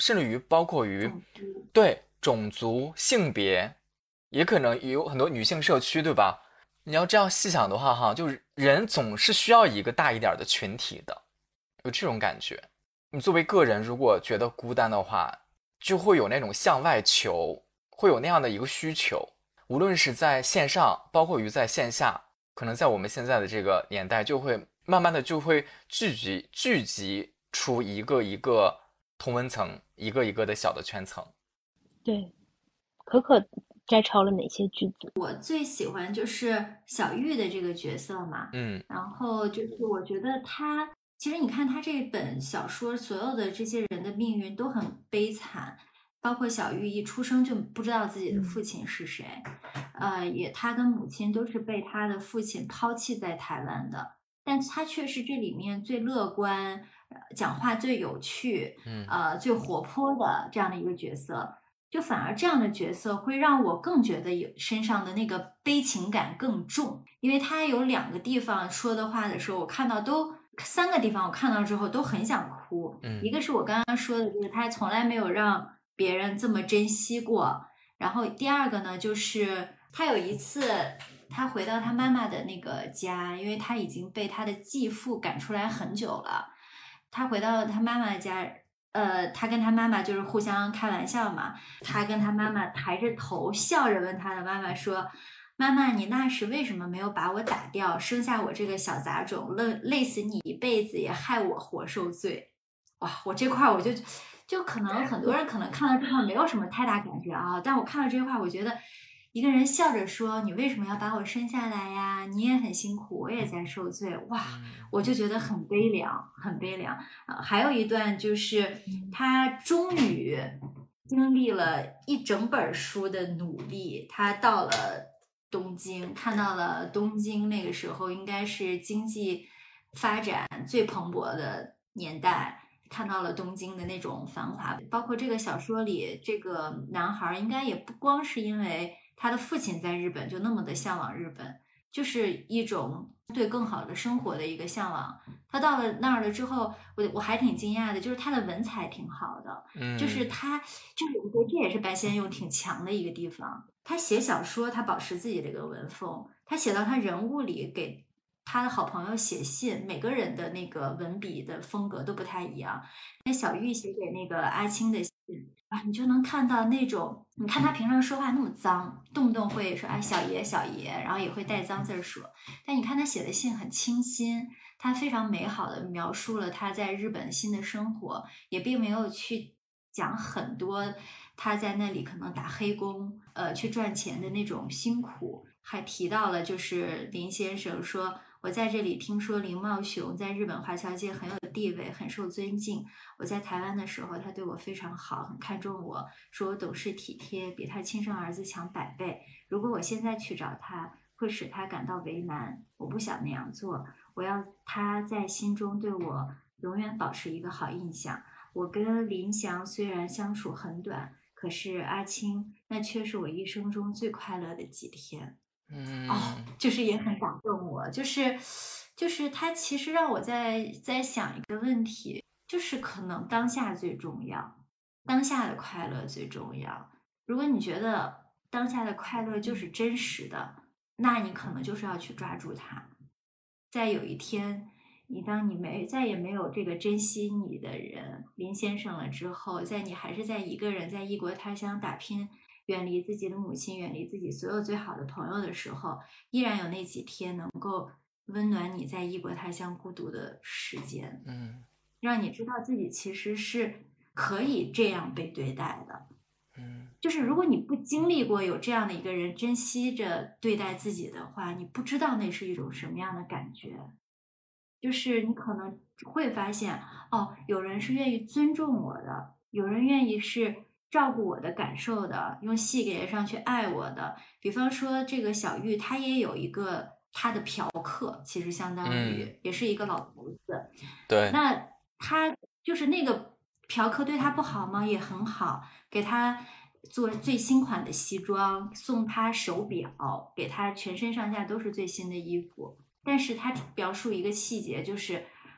甚至于包括于对种族、性别，也可能有很多女性社区，对吧？你要这样细想的话，哈，就是人总是需要一个大一点的群体的，有这种感觉。你作为个人，如果觉得孤单的话，就会有那种向外求，会有那样的一个需求。无论是在线上，包括于在线下，可能在我们现在的这个年代，就会慢慢的就会聚集出一个一个同温层，一个一个的小的圈层。 对，可可摘抄了哪些句子？ 我最喜欢就是小玉的这个角色嘛，然后就是我觉得他其实你看他这本小说，所有的这些人的命运都很悲惨，包括小玉一出生就不知道自己的父亲是谁，他跟母亲都是被他的父亲抛弃在台湾的，但他却是这里面最乐观、讲话最有趣、最活泼的这样的一个角色。就反而这样的角色会让我更觉得有身上的那个悲情感更重，因为他有2个地方说的话的时候，我看到都3个地方我看到之后都很想哭。一个是我刚刚说的，就是他从来没有让别人这么珍惜过。然后第2个呢，就是他有一次他回到他妈妈的那个家，因为他已经被他的继父赶出来很久了。他回到他妈妈的家。他跟他妈妈就是互相开玩笑嘛，他跟他妈妈抬着头笑着问他的妈妈说：“妈妈，你那时为什么没有把我打掉，生下我这个小杂种，累死你一辈子，也害我活受罪？”哇，我这块我就可能很多人可能看到这块没有什么太大感觉啊，但我看到这句话，我觉得一个人笑着说：“你为什么要把我生下来呀？你也很辛苦，我也在受罪。”哇，我就觉得很悲凉，很悲凉。还有一段就是他终于经历了一整本书的努力，他到了东京，看到了东京那个时候应该是经济发展最蓬勃的年代。看到了东京的那种繁华，包括这个小说里，这个男孩应该也不光是因为他的父亲在日本就那么的向往日本，就是一种对更好的生活的一个向往。他到了那儿了之后，我还挺惊讶的，就是他的文采挺好的，就是他就是我觉得这也是白先勇挺强的一个地方。他写小说，他保持自己的一个文风，他写到他人物里给他的好朋友写信，每个人的那个文笔的风格都不太一样。那小玉写给那个阿青的信啊，你就能看到那种，你看他平常说话那么脏，动不动会说小爷小爷，然后也会带脏字说。但你看他写的信很清新，他非常美好的描述了他在日本新的生活，也并没有去讲很多他在那里可能打黑工，去赚钱的那种辛苦。还提到了就是林先生说，我在这里听说林茂雄在日本华侨界很有地位，很受尊敬。我在台湾的时候，他对我非常好，很看重我，说我懂事体贴，比他亲生儿子强100倍。如果我现在去找他，会使他感到为难。我不想那样做，我要他在心中对我永远保持一个好印象。我跟林翔虽然相处很短，可是阿青那却是我一生中最快乐的几天。就是也很感动我，就是他其实让我在想一个问题，就是可能当下最重要，当下的快乐最重要。如果你觉得当下的快乐就是真实的，那你可能就是要去抓住它。在有一天，当你再也没有这个珍惜你的人林先生了之后，你还是在一个人在异国他乡打拼，远离自己的母亲，远离自己所有最好的朋友的时候，依然有那几天能够温暖你在异国他乡孤独的时间，让你知道自己其实是可以这样被对待的。就是如果你不经历过有这样的一个人珍惜着对待自己的话，你不知道那是一种什么样的感觉。就是你可能会发现，有人是愿意尊重我的，有人愿意是照顾我的感受的，用细节上去爱我的。比方说这个小玉，她也有一个她的嫖客，其实相当于也是一个老头子。 对， 那他就是那个嫖客对他不好吗？也很好，给他做最新款的西装，送他手表，给他全身上下都是最新的衣服。但是他描述一个细节，就是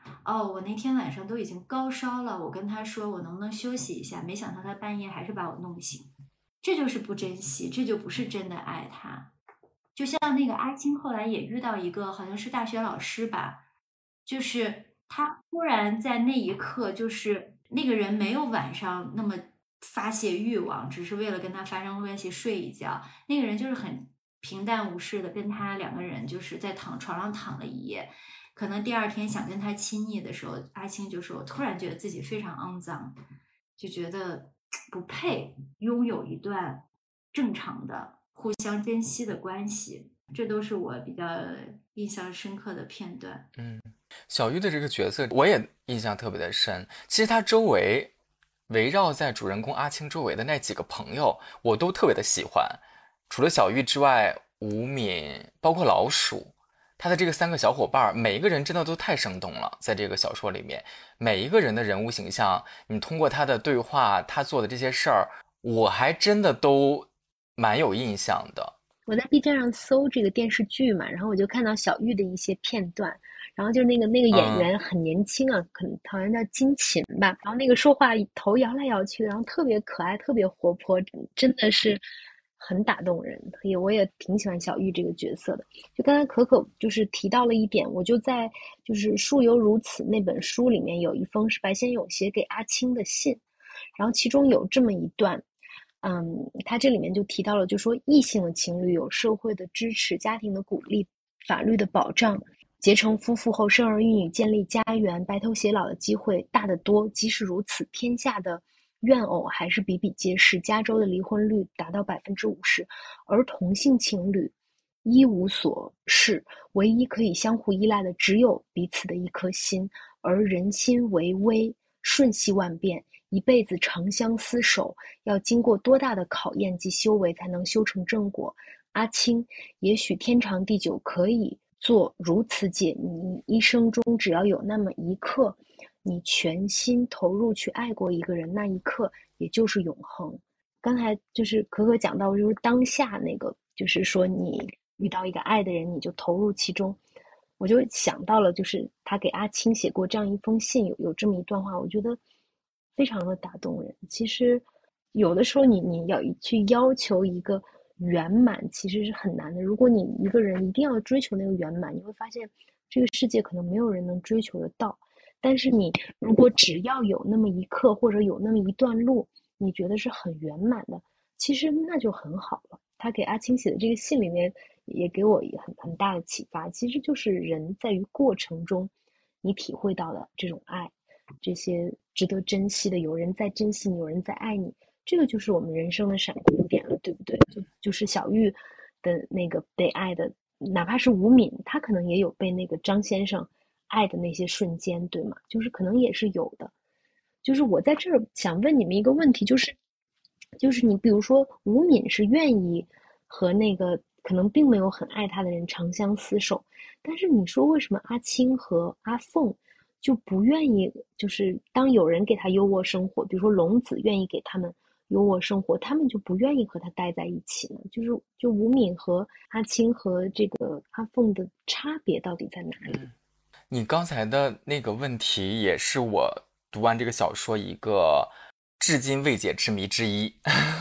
哦，我那天晚上都已经高烧了，我跟他说我能不能休息一下，没想到他半夜还是把我弄醒。这就是不珍惜，这就不是真的爱他。就像那个阿青后来也遇到一个好像是大学老师吧，就是他突然在那一刻，就是那个人没有晚上那么发泄欲望，只是为了跟他发生关系睡一觉，那个人就是很平淡无事的跟他两个人就是在床上躺了一夜。可能第二天想跟他亲昵的时候，阿青就说：“我突然觉得自己非常肮脏，就觉得不配拥有一段正常的互相珍惜的关系。”这都是我比较印象深刻的片段。 小玉的这个角色我也印象特别的深。其实他周围围绕在主人公阿青周围的那几个朋友，我都特别的喜欢。除了小玉之外，吴敏，包括老鼠。他的这个3个小伙伴，每一个人真的都太生动了。在这个小说里面，每一个人的人物形象，你通过他的对话，他做的这些事儿，我还真的都蛮有印象的。 我在 B 站上搜这个电视剧嘛，然后我就看到小玉的一些片段，然后就是那个演员很年轻啊，可能好像叫金琴吧，然后那个说话头摇来摇去的，然后特别可爱，特别活泼，真的是很打动人。我也挺喜欢小玉这个角色的。就刚才可可就是提到了一点，我就在就是《树犹如此》那本书里面有一封是白先勇写给阿青的信，然后其中有这么一段。他这里面就提到了，就说异性的情侣有社会的支持、家庭的鼓励、法律的保障，结成夫妇后生儿育女、建立家园、白头偕老的机会大得多。即使如此，天下的怨偶还是比比皆是。加州的离婚率达到50%，而同性情侣一无所事，唯一可以相互依赖的只有彼此的一颗心。而人心为微，瞬息万变。一辈子长相厮守，要经过多大的考验及修为才能修成正果？阿青，也许天长地久可以做如此解谜，一生中只要有那么一刻，你全心投入去爱过一个人，那一刻也就是永恒。刚才就是可可讲到，就是当下那个，就是说你遇到一个爱的人，你就投入其中。我就想到了，就是他给阿青写过这样一封信，有这么一段话，我觉得非常的打动人。其实有的时候你要去要求一个圆满，其实是很难的。如果你一个人一定要追求那个圆满，你会发现这个世界可能没有人能追求得到。但是你如果只要有那么一刻，或者有那么一段路，你觉得是很圆满的，其实那就很好了。他给阿青写的这个信里面也给我很大的启发，其实就是人在于过程中你体会到的这种爱，这些值得珍惜的，有人在珍惜你，有人在爱你，这个就是我们人生的闪光点了，对不对？就是小玉的那个被爱的，哪怕是吴敏，他可能也有被那个张先生爱的那些瞬间，对吗？就是可能也是有的。就是我在这儿想问你们一个问题，就是你比如说吴敏是愿意和那个可能并没有很爱他的人长相厮守，但是你说为什么阿青和阿凤就不愿意，就是当有人给他优渥生活，比如说龙子愿意给他们优渥生活，他们就不愿意和他待在一起呢？就吴敏和阿青和这个阿凤的差别到底在哪里？ 你刚才的那个问题也是我读完这个小说一个至今未解之谜之一。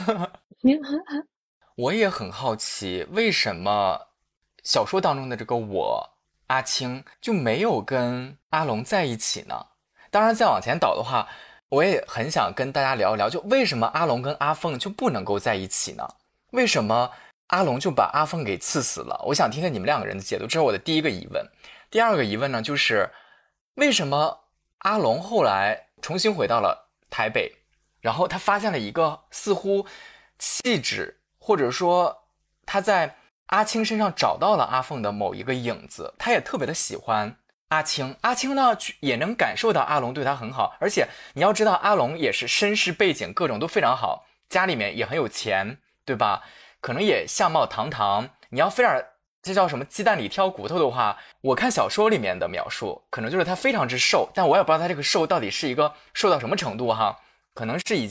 我也很好奇，为什么小说当中的这个阿青就没有跟阿龙在一起呢？当然再往前倒的话，我也很想跟大家聊一聊，就为什么阿龙跟阿凤就不能够在一起呢？为什么阿龙就把阿凤给刺死了？我想听听你们两个人的解读，这是我的第一个疑问。第二个疑问呢，就是为什么阿龙后来重新回到了台北，然后他发现了一个似乎气质，或者说他在阿青身上找到了阿凤的某一个影子，他也特别的喜欢阿青。阿青呢也能感受到阿龙对他很好，而且你要知道阿龙也是身世背景各种都非常好，家里面也很有钱，对吧？可能也相貌堂堂，你要非点这叫什么鸡蛋里挑骨头的话，我看小说里面的描述可能就是他非常之瘦，但我也不知道他这个瘦到底是一个瘦到什么程度哈，可能是已经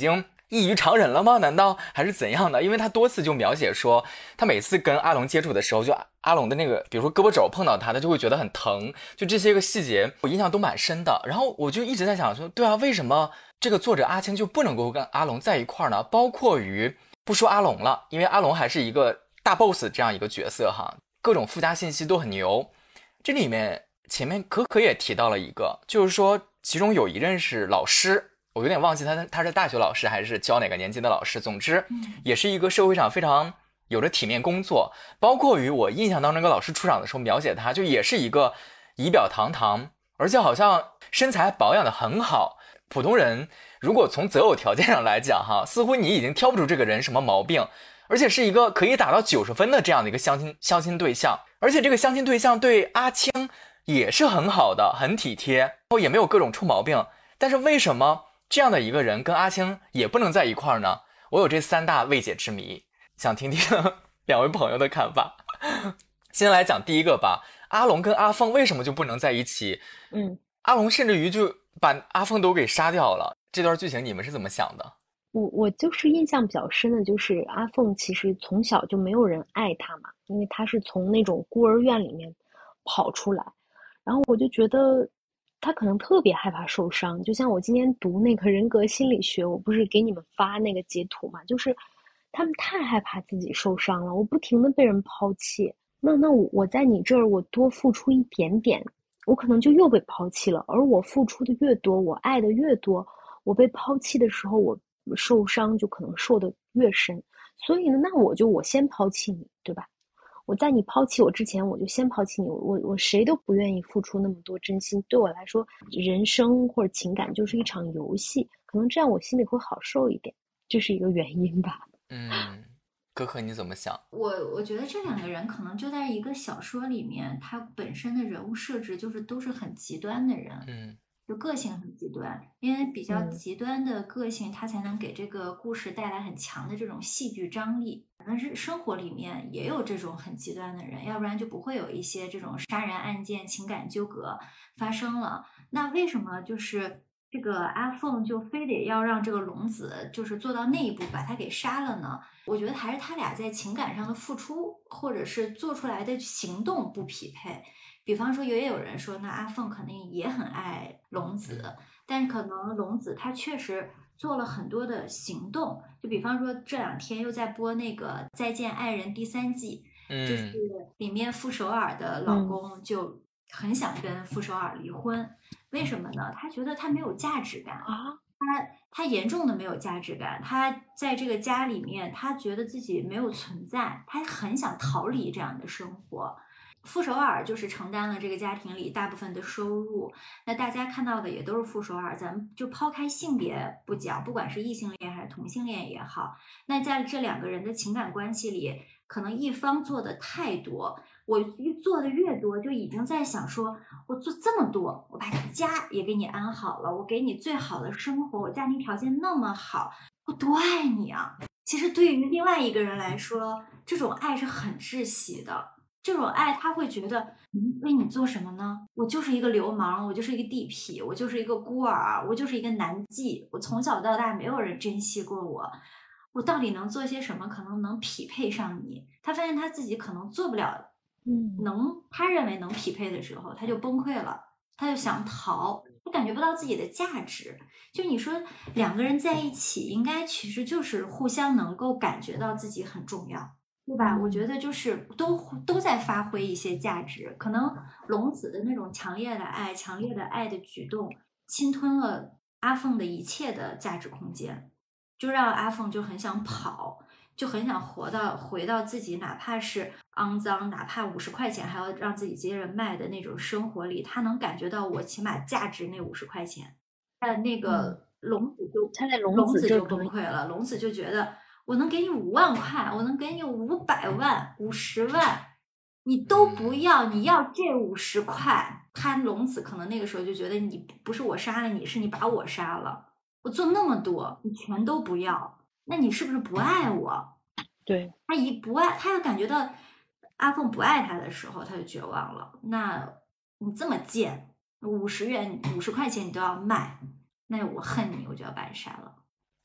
异于常人了吗？难道还是怎样的？因为他多次就描写说，他每次跟阿龙接触的时候，就阿龙的那个，比如说胳膊肘碰到他就会觉得很疼，就这些个细节我印象都蛮深的。然后我就一直在想说，对啊，为什么这个作者阿青就不能够跟阿龙在一块呢？包括于不说阿龙了，因为阿龙还是一个大 boss 这样一个角色哈，各种附加信息都很牛。这里面前面可可也提到了一个，就是说其中有一任是老师。我有点忘记他是大学老师还是教哪个年级的老师，总之也是一个社会上非常有着体面工作。包括于我印象当中那个老师出场的时候描写他，就也是一个仪表堂堂，而且好像身材保养的很好。普通人如果从择偶条件上来讲哈，似乎你已经挑不出这个人什么毛病，而且是一个可以打到90分的这样的一个相亲对象。而且这个相亲对象对阿青也是很好的，很体贴，然后也没有各种臭毛病。但是为什么这样的一个人跟阿青也不能在一块儿呢？我有这3大未解之谜，想听听两位朋友的看法。先来讲第一个吧，阿龙跟阿凤为什么就不能在一起？阿龙甚至于就把阿凤都给杀掉了。这段剧情你们是怎么想的？ 我就是印象比较深的，就是阿凤其实从小就没有人爱她嘛，因为她是从那种孤儿院里面跑出来，然后我就觉得她可能特别害怕受伤。就像我今天读那个人格心理学，我不是给你们发那个截图嘛，就是他们太害怕自己受伤了，我不停的被人抛弃，那我在你这儿我多付出一点点，我可能就又被抛弃了，而我付出的越多，我爱的越多，我被抛弃的时候我受伤就可能受得越深。所以呢，那我先抛弃你，对吧？我在你抛弃我之前，我就先抛弃你。我谁都不愿意付出那么多真心。对我来说，人生或者情感就是一场游戏，可能这样我心里会好受一点，这是一个原因吧。 可可你怎么想？ 我觉得这2个人可能就在一个小说里面，他本身的人物设置就是都是很极端的人，就个性很极端，因为比较极端的个性，它才能给这个故事带来很强的这种戏剧张力。但是生活里面也有这种很极端的人，要不然就不会有一些这种杀人案件、情感纠葛发生了。那为什么就是这个阿凤就非得要让这个龙子就是做到那一步把他给杀了呢？我觉得还是他俩在情感上的付出或者是做出来的行动不匹配。比方说也有人说那阿凤肯定也很爱龙子，但可能龙子他确实做了很多的行动，就比方说这2天又在播那个《再见爱人》第3季，就是里面傅首尔的老公就很想跟傅首尔离婚。为什么呢？他觉得他没有价值感啊，他严重的没有价值感，他在这个家里面他觉得自己没有存在，他很想逃离这样的生活。傅首尔就是承担了这个家庭里大部分的收入，那大家看到的也都是傅首尔，咱们就抛开性别不讲，不管是异性恋还是同性恋也好，那在这2个人的情感关系里，可能一方做的太多，我做的越多，就已经在想说，我做这么多，我把你家也给你安好了，我给你最好的生活，我家庭条件那么好，我多爱你啊！其实对于另外一个人来说，这种爱是很窒息的。这种爱他会觉得为你做什么呢？我就是一个流氓，我就是一个地痞，我就是一个孤儿，我就是一个男妓，我从小到大没有人珍惜过我，我到底能做些什么可能能匹配上你？他发现他自己可能做不了他认为能匹配的时候，他就崩溃了，他就想逃，他感觉不到自己的价值。就你说2个人在一起应该其实就是互相能够感觉到自己很重要，对吧？我觉得就是都在发挥一些价值。可能龙子的那种强烈的爱的举动侵吞了阿凤的一切的价值空间，就让阿凤就很想跑，就很想回到自己哪怕是肮脏，哪怕50块钱还要让自己接着卖的那种生活里，他能感觉到我起码价值那50块钱。但那个龙子就崩溃了，龙子就觉得我能给你5万块，我能给你500万、50万，你都不要，你要这50块。他龙子可能那个时候就觉得你不是我杀了你，是你把我杀了。我做那么多，你全都不要，那你是不是不爱我？ 对， 他一不爱，他又感觉到阿凤不爱他的时候，他就绝望了。那你这么贱，50块钱你都要卖，那我恨你，我就要把你杀了。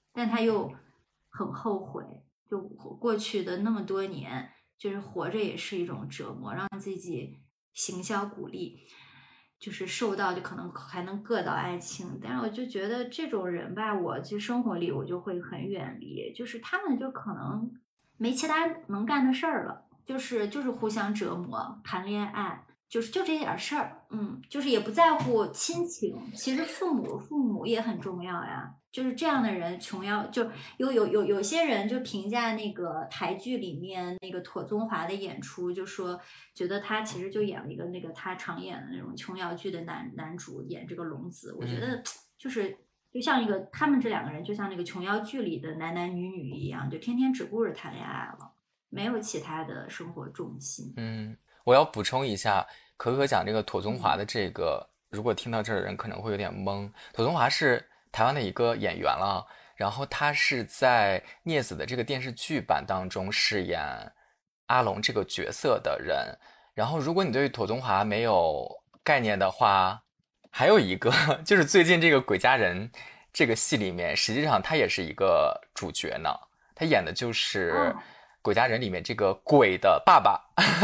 但他又很后悔，就过去的那么多年，就是活着也是一种折磨，让自己行销鼓励，就是受到就可能还能硌到爱情，但是我就觉得这种人吧，我其实生活里我就会很远离，就是他们就可能没其他能干的事儿了，就是互相折磨，谈恋爱。就这点事儿，就是也不在乎亲情。其实父母也很重要呀。就是这样的人，琼瑶就有些人就评价那个台剧里面那个妥宗华的演出，就说觉得他其实就演了一个那个他常演的那种琼瑶剧的男主演这个龙子。我觉得就像一个他们这两个人就像那个琼瑶剧里的男女一样，就天天只顾着谈恋爱了，没有其他的生活重心。 我要补充一下，可可讲这个妥宗华的这个，如果听到这儿的人可能会有点懵。妥宗华是台湾的一个演员了，然后他是在镊子的这个电视剧版当中饰演阿龙这个角色的人。然后如果你对妥宗华没有概念的话，还有一个就是最近这个《鬼家人》这个戏里面，实际上他也是一个主角呢，他演的就是鬼家人里面这个鬼的爸爸。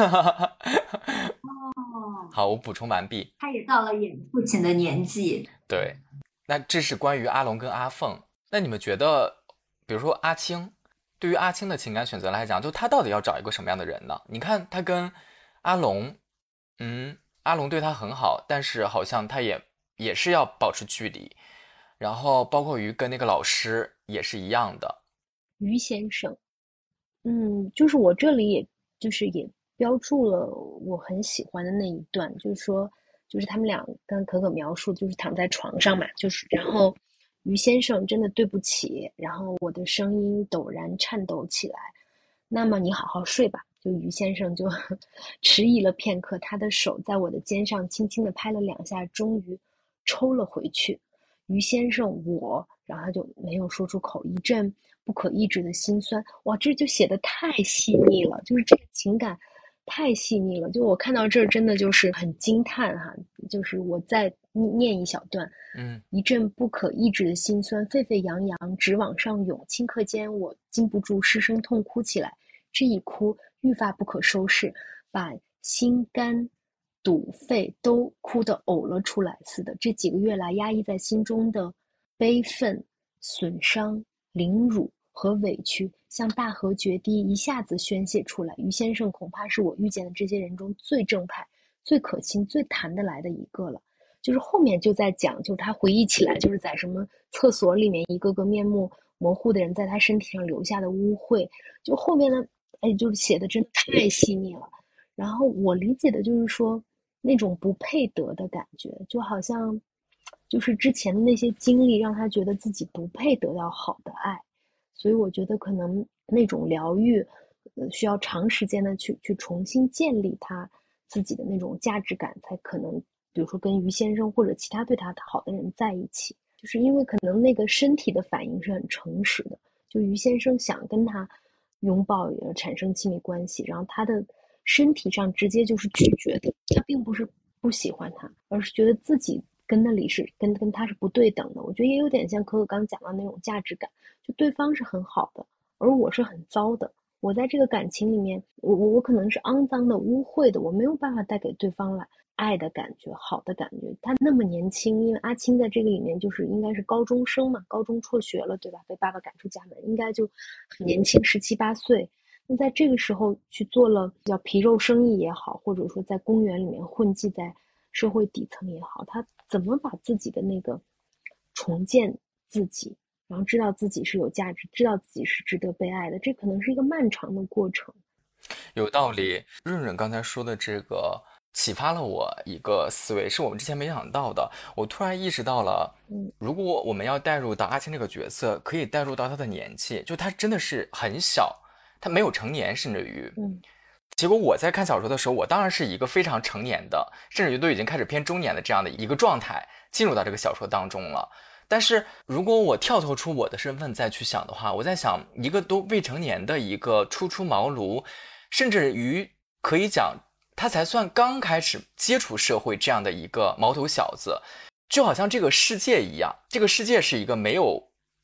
好，我补充完毕。 他也到了演父亲的年纪。 对，那这是关于阿龙跟阿凤。那你们觉得，比如说阿青，对于阿青的情感选择来讲，就他到底要找一个什么样的人呢？你看他跟阿龙，阿龙对他很好，但是好像他也是要保持距离。然后包括于跟那个老师也是一样的。 于先生，就是我这里也标注了我很喜欢的那一段，就是说，就是他们俩跟可可描述，就是躺在床上嘛，就是然后于先生真的对不起，然后我的声音陡然颤抖起来，那么你好好睡吧。就于先生就迟疑了片刻，他的手在我的肩上轻轻地拍了2下，终于抽了回去。于先生，然后他就没有说出口，一阵不可抑制的心酸。哇，这就写得太细腻了，就是这个情感太细腻了。就我看到这儿，真的就是很惊叹哈。就是我再念一小段，一阵不可抑制的心酸，沸沸扬扬直往上涌，顷刻间我禁不住失声痛哭起来。这一哭，愈发不可收拾，把心肝肚肺都哭得呕了出来似的。这几个月来压抑在心中的悲愤、损伤、凌辱和委屈，像大河决堤，一下子宣泄出来。于先生恐怕是我遇见的这些人中最正派、最可亲、最谈得来的一个了。就是后面就在讲，就是他回忆起来，就是在什么厕所里面一个个面目模糊的人在他身体上留下的污秽，就后面呢，就是写的真的太细腻了。然后我理解的就是说，那种不配得的感觉，就好像就是之前的那些经历让他觉得自己不配得到好的爱，所以我觉得可能那种疗愈，需要长时间的去重新建立他自己的那种价值感，才可能，比如说跟于先生或者其他对他好的人在一起，就是因为可能那个身体的反应是很诚实的，就于先生想跟他拥抱产生亲密关系，然后他的身体上直接就是拒绝的，他并不是不喜欢他，而是觉得自己跟那里是跟他是不对等的。我觉得也有点像可可刚讲的那种价值感，就对方是很好的，而我是很糟的。我在这个感情里面，我可能是肮脏的、污秽的，我没有办法带给对方来爱的感觉、好的感觉。他那么年轻，因为阿青在这个里面就是应该是高中生嘛，高中辍学了，对吧？被爸爸赶出家门，应该就很年轻，17、18岁。那在这个时候去做了叫皮肉生意也好，或者说在公园里面混迹在社会底层也好，他怎么把自己的那个重建自己，然后知道自己是有价值，知道自己是值得被爱的，这可能是一个漫长的过程。 有道理，润润刚才说的这个启发了我一个思维，是我们之前没想到的。我突然意识到了，如果我们要带入到阿青这个角色，可以带入到他的年纪，就他真的是很小，他没有成年，甚至于，结果我在看小说的时候，我当然是一个非常成年的，甚至于都已经开始偏中年的这样的一个状态进入到这个小说当中了。但是如果我跳脱出我的身份再去想的话，我在想一个都未成年的一个初出茅庐，甚至于可以讲他才算刚开始接触社会这样的一个毛头小子，就好像这个世界一样，这个世界是一个没有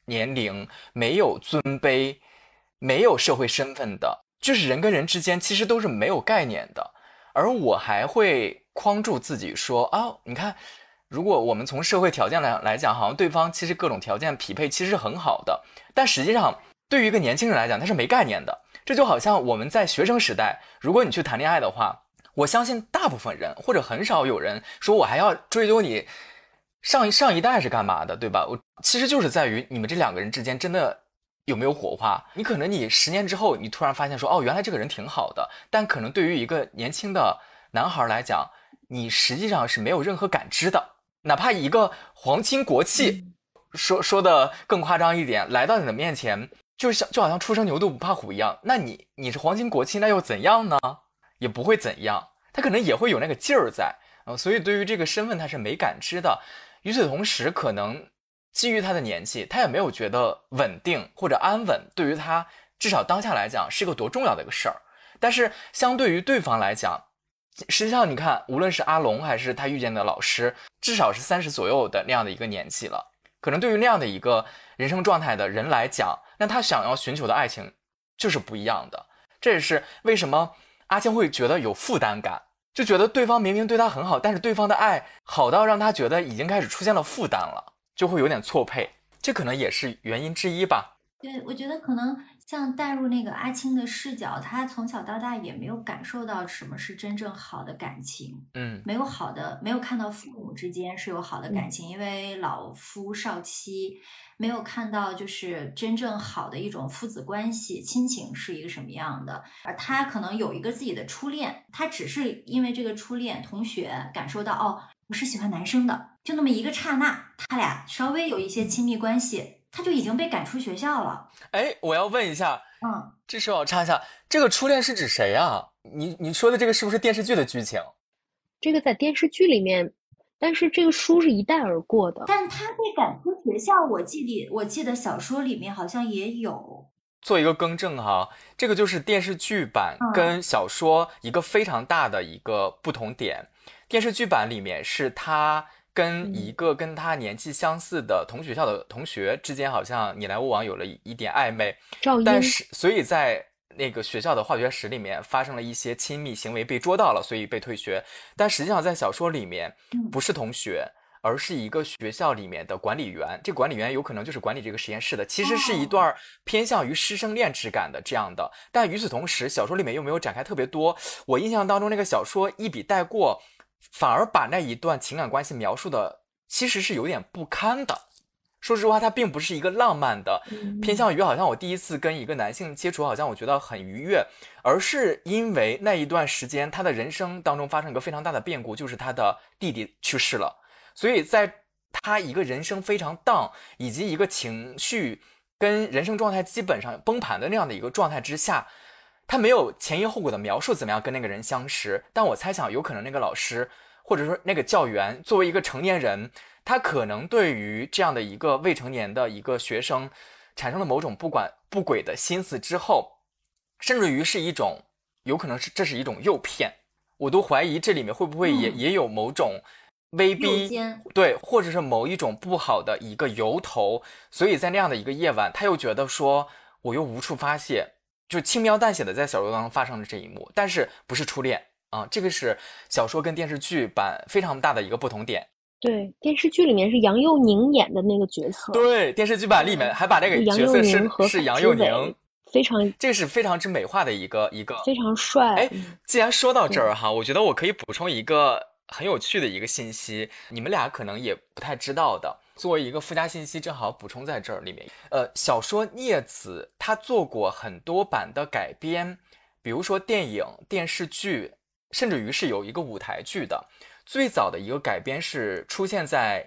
年龄、没有尊卑、没有社会身份的，就是人跟人之间其实都是没有概念的。而我还会框住自己说啊，你看，如果我们从社会条件来讲，好像对方其实各种条件匹配其实是很好的，但实际上对于一个年轻人来讲，他是没概念的。这就好像我们在学生时代，如果你去谈恋爱的话，我相信大部分人或者很少有人说我还要追究你上一代是干嘛的，对吧？我其实就是在于你们这两个人之间真的有没有火花。你可能你10年之后你突然发现说，哦，原来这个人挺好的，但可能对于一个年轻的男孩来讲，你实际上是没有任何感知的。哪怕一个皇亲国戚，说的更夸张一点，来到你的面前，就好像初生牛犊不怕虎一样。那你是皇亲国戚，那又怎样呢？也不会怎样，他可能也会有那个劲儿在所以对于这个身份他是没感知的。与此同时，可能基于他的年纪，他也没有觉得稳定或者安稳对于他至少当下来讲是个多重要的一个事儿。但是相对于对方来讲，实际上你看，无论是阿龙还是他遇见的老师，至少是30左右的那样的一个年纪了。可能对于那样的一个人生状态的人来讲，那他想要寻求的爱情就是不一样的。这也是为什么阿青会觉得有负担感，就觉得对方明明对他很好，但是对方的爱好到让他觉得已经开始出现了负担了，就会有点错配。这可能也是原因之一吧。 对，我觉得可能像带入那个阿青的视角，他从小到大也没有感受到什么是真正好的感情，没有看到父母之间是有好的感情，因为老夫少妻，没有看到就是真正好的一种父子关系，亲情是一个什么样的。而他可能有一个自己的初恋，他只是因为这个初恋同学感受到，哦，我是喜欢男生的，就那么一个刹那，他俩稍微有一些亲密关系，他就已经被赶出学校了。 哎，我要问一下，这时候我插一下，这个初恋是指谁啊？你说的这个是不是电视剧的剧情？ 这个在电视剧里面，但是这个书是一带而过的。 但他被赶出学校，我记得小说里面好像也有。 做一个更正哈，这个就是电视剧版跟小说一个非常大的一个不同点。电视剧版里面是他跟一个跟他年纪相似的同学校的同学之间好像你来我往有了一点暧昧，但是所以在那个学校的化学室里面发生了一些亲密行为被捉到了，所以被退学。但实际上在小说里面不是同学，而是一个学校里面的管理员，这管理员有可能就是管理这个实验室的，其实是一段偏向于师生恋质感的这样的。但与此同时，小说里面又没有展开特别多，我印象当中那个小说一笔带过，反而把那一段情感关系描述的其实是有点不堪的。说实话，它并不是一个浪漫的，偏向于好像我第一次跟一个男性接触，好像我觉得很愉悦，而是因为那一段时间他的人生当中发生一个非常大的变故，就是他的弟弟去世了。所以在他一个人生非常down，以及一个情绪跟人生状态基本上崩盘的那样的一个状态之下，他没有前因后果的描述怎么样跟那个人相识，但我猜想有可能那个老师或者说那个教员作为一个成年人，他可能对于这样的一个未成年的一个学生产生了某种不轨的心思之后，甚至于是一种有可能是这是一种诱骗，我都怀疑这里面会不会也有某种威逼，对，或者是某一种不好的一个由头。所以在那样的一个夜晚，他又觉得说我又无处发泄，就轻描淡写的在小说当中发生了这一幕，但是不是初恋啊，这个是小说跟电视剧版非常大的一个不同点。 对，电视剧里面是杨佑宁演的那个角色， 对，电视剧版里面还把那个角色是杨佑宁， 非常， 这是非常之美化的一个非常帅。 哎，既然说到这儿哈，我觉得我可以补充一个很有趣的一个信息，你们俩可能也不太知道的，作为一个附加信息，正好补充在这儿里面。小说《孽子》它做过很多版的改编，比如说电影、电视剧，甚至于是有一个舞台剧的。最早的一个改编是出现在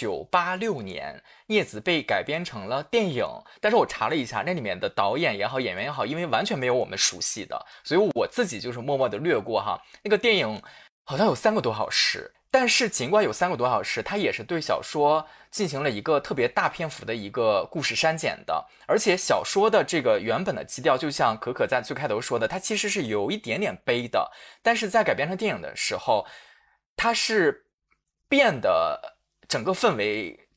1986年，孽子被改编成了电影，但是我查了一下，那里面的导演也好，演员也好，因为完全没有我们熟悉的，所以我自己就是默默的略过哈。那个电影好像有3个多小时，但是尽管有3个多小时，它也是对小说进行了一个特别大篇幅的一个故事删减的，而且小说的这个原本的基调，就像可可在最开头说的，它其实是有一点点悲的，但是在改编成电影的时候，它是变得整个氛围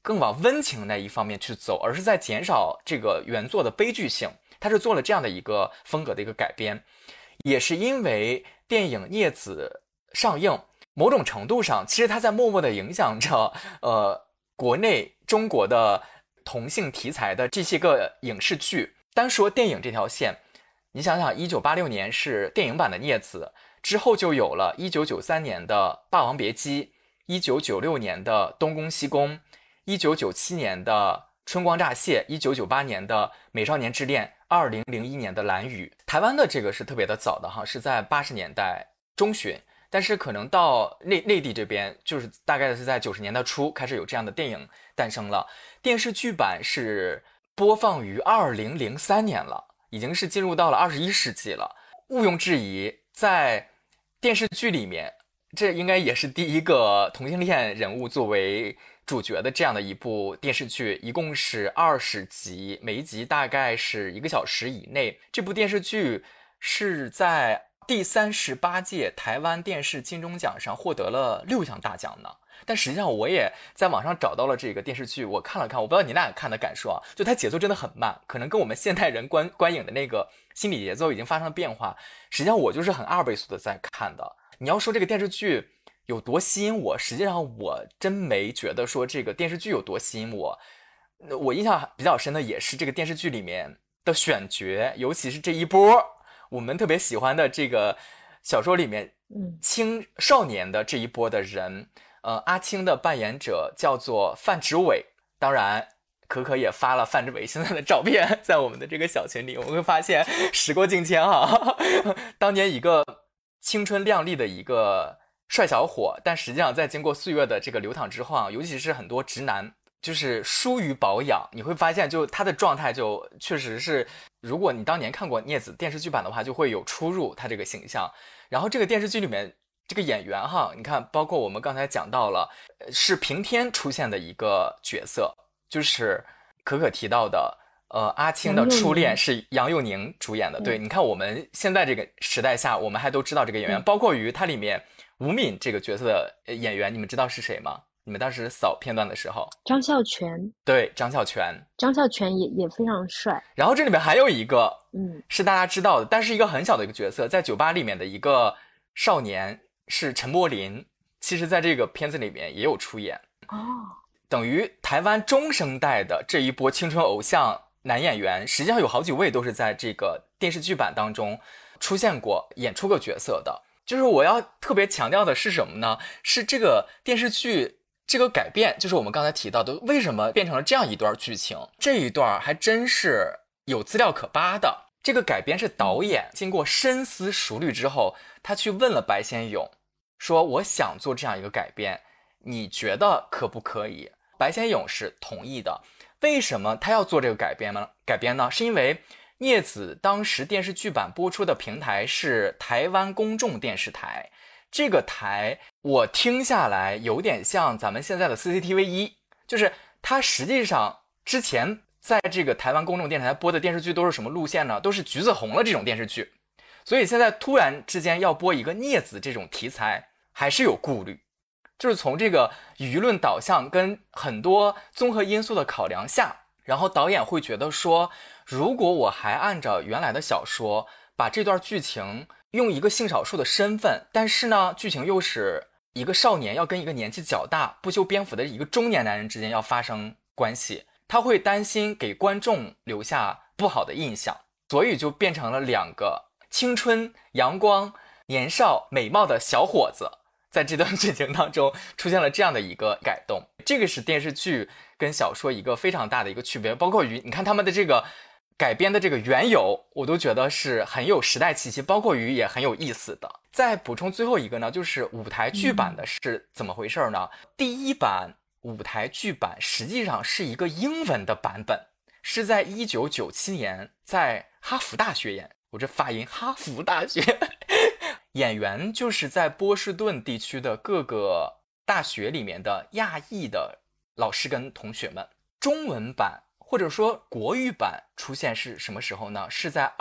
更往温情那一方面去走，而是在减少这个原作的悲剧性。他是做了这样的一个风格的一个改编，也是因为电影《孽子》上映，某种程度上其实它在默默地影响着国内中国的同性题材的这些个影视剧。单说电影这条线，你想想1986年是电影版的《孽子》，之后就有了1993年的《霸王别姬》，1996年的《东宫西宫》，1997年的《春光乍泄》，1998年的《美少年之恋》，2001年的《蓝雨》。台湾的这个是特别的早的哈，是在80年代中旬，但是可能到内地这边，就是大概是在90年代初开始有这样的电影诞生了。电视剧版是播放于2003年了，已经是进入到了21世纪了。毋庸置疑，在电视剧里面，这应该也是第一个同性恋人物作为主角的这样的一部电视剧，一共是20集，每一集大概是1个小时以内。这部电视剧是在第38届台湾电视金钟奖上获得了6项大奖呢。但实际上我也在网上找到了这个电视剧，我看了看，我不知道你俩看的感受啊，就它节奏真的很慢，可能跟我们现代人观影的那个心理节奏已经发生了变化。实际上我就是很2倍速的在看的。你要说这个电视剧有多吸引我，实际上我真没觉得说这个电视剧有多吸引我。我印象比较深的也是这个电视剧里面的选角，尤其是这一波我们特别喜欢的这个小说里面青少年的这一波的人。阿青的扮演者叫做范植伟，当然可可也发了范植伟现在的照片在我们的这个小群里，我会发现时过境迁哈，当年一个青春靓丽的一个帅小伙，但实际上在经过岁月的这个流淌之后啊，尤其是很多直男就是疏于保养，你会发现就他的状态就确实是，如果你当年看过《孽子》电视剧版的话，就会有出入他这个形象。然后这个电视剧里面这个演员哈，你看包括我们刚才讲到了是平天出现的一个角色，就是可可提到的阿青的初恋是杨佑宁主演的。对，你看我们现在这个时代下，我们还都知道这个演员，包括于它里面吴敏这个角色的演员，你们知道是谁吗？你们当时扫片段的时候， 张孝全。 对，张孝全也非常帅。 然后这里面还有一个是大家知道的，但是一个很小的一个角色，在酒吧里面的一个少年是陈柏霖，其实在这个片子里面也有出演等于台湾中生代的这一波青春偶像男演员，实际上有好几位都是在这个电视剧版当中出现过演出过角色的。就是我要特别强调的是什么呢？是这个电视剧这个改变，就是我们刚才提到的为什么变成了这样一段剧情，这一段还真是有资料可扒的。这个改编是导演经过深思熟虑之后，他去问了白先勇，说我想做这样一个改编，你觉得可不可以？白先勇是同意的。为什么他要做这个改编呢？是因为孽子当时电视剧版播出的平台是台湾公众电视台，这个台我听下来有点像咱们现在的 CCTV1， 就是它实际上之前在这个台湾公众电视台播的电视剧都是什么路线呢？都是橘子红了这种电视剧，所以现在突然之间要播一个孽子这种题材，还是有顾虑，就是从这个舆论导向跟很多综合因素的考量下，然后导演会觉得说，如果我还按照原来的小说把这段剧情用一个性少数的身份，但是呢剧情又是一个少年要跟一个年纪较大不修边幅的一个中年男人之间要发生关系，他会担心给观众留下不好的印象，所以就变成了2个青春阳光年少美貌的小伙子在这段剧情当中出现了这样的一个改动。这个是电视剧跟小说一个非常大的一个区别，包括于你看他们的这个改编的这个缘由，我都觉得是很有时代气息，包括于也很有意思的。再补充最后一个呢，就是舞台剧版的是怎么回事呢？第一版舞台剧版实际上是一个英文的版本，是在1997年在哈佛大学演，我这发音哈佛大学演员就是在波士顿地区的各个大学里面的亚裔的老师跟同学们。中文版或者说国语版出现是什么时候呢？是在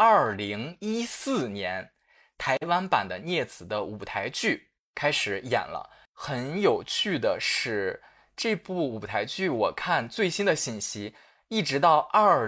2014年台湾版的孽子的舞台剧开始演了。很有趣的是， 这部舞台剧我看最新的信息，一直到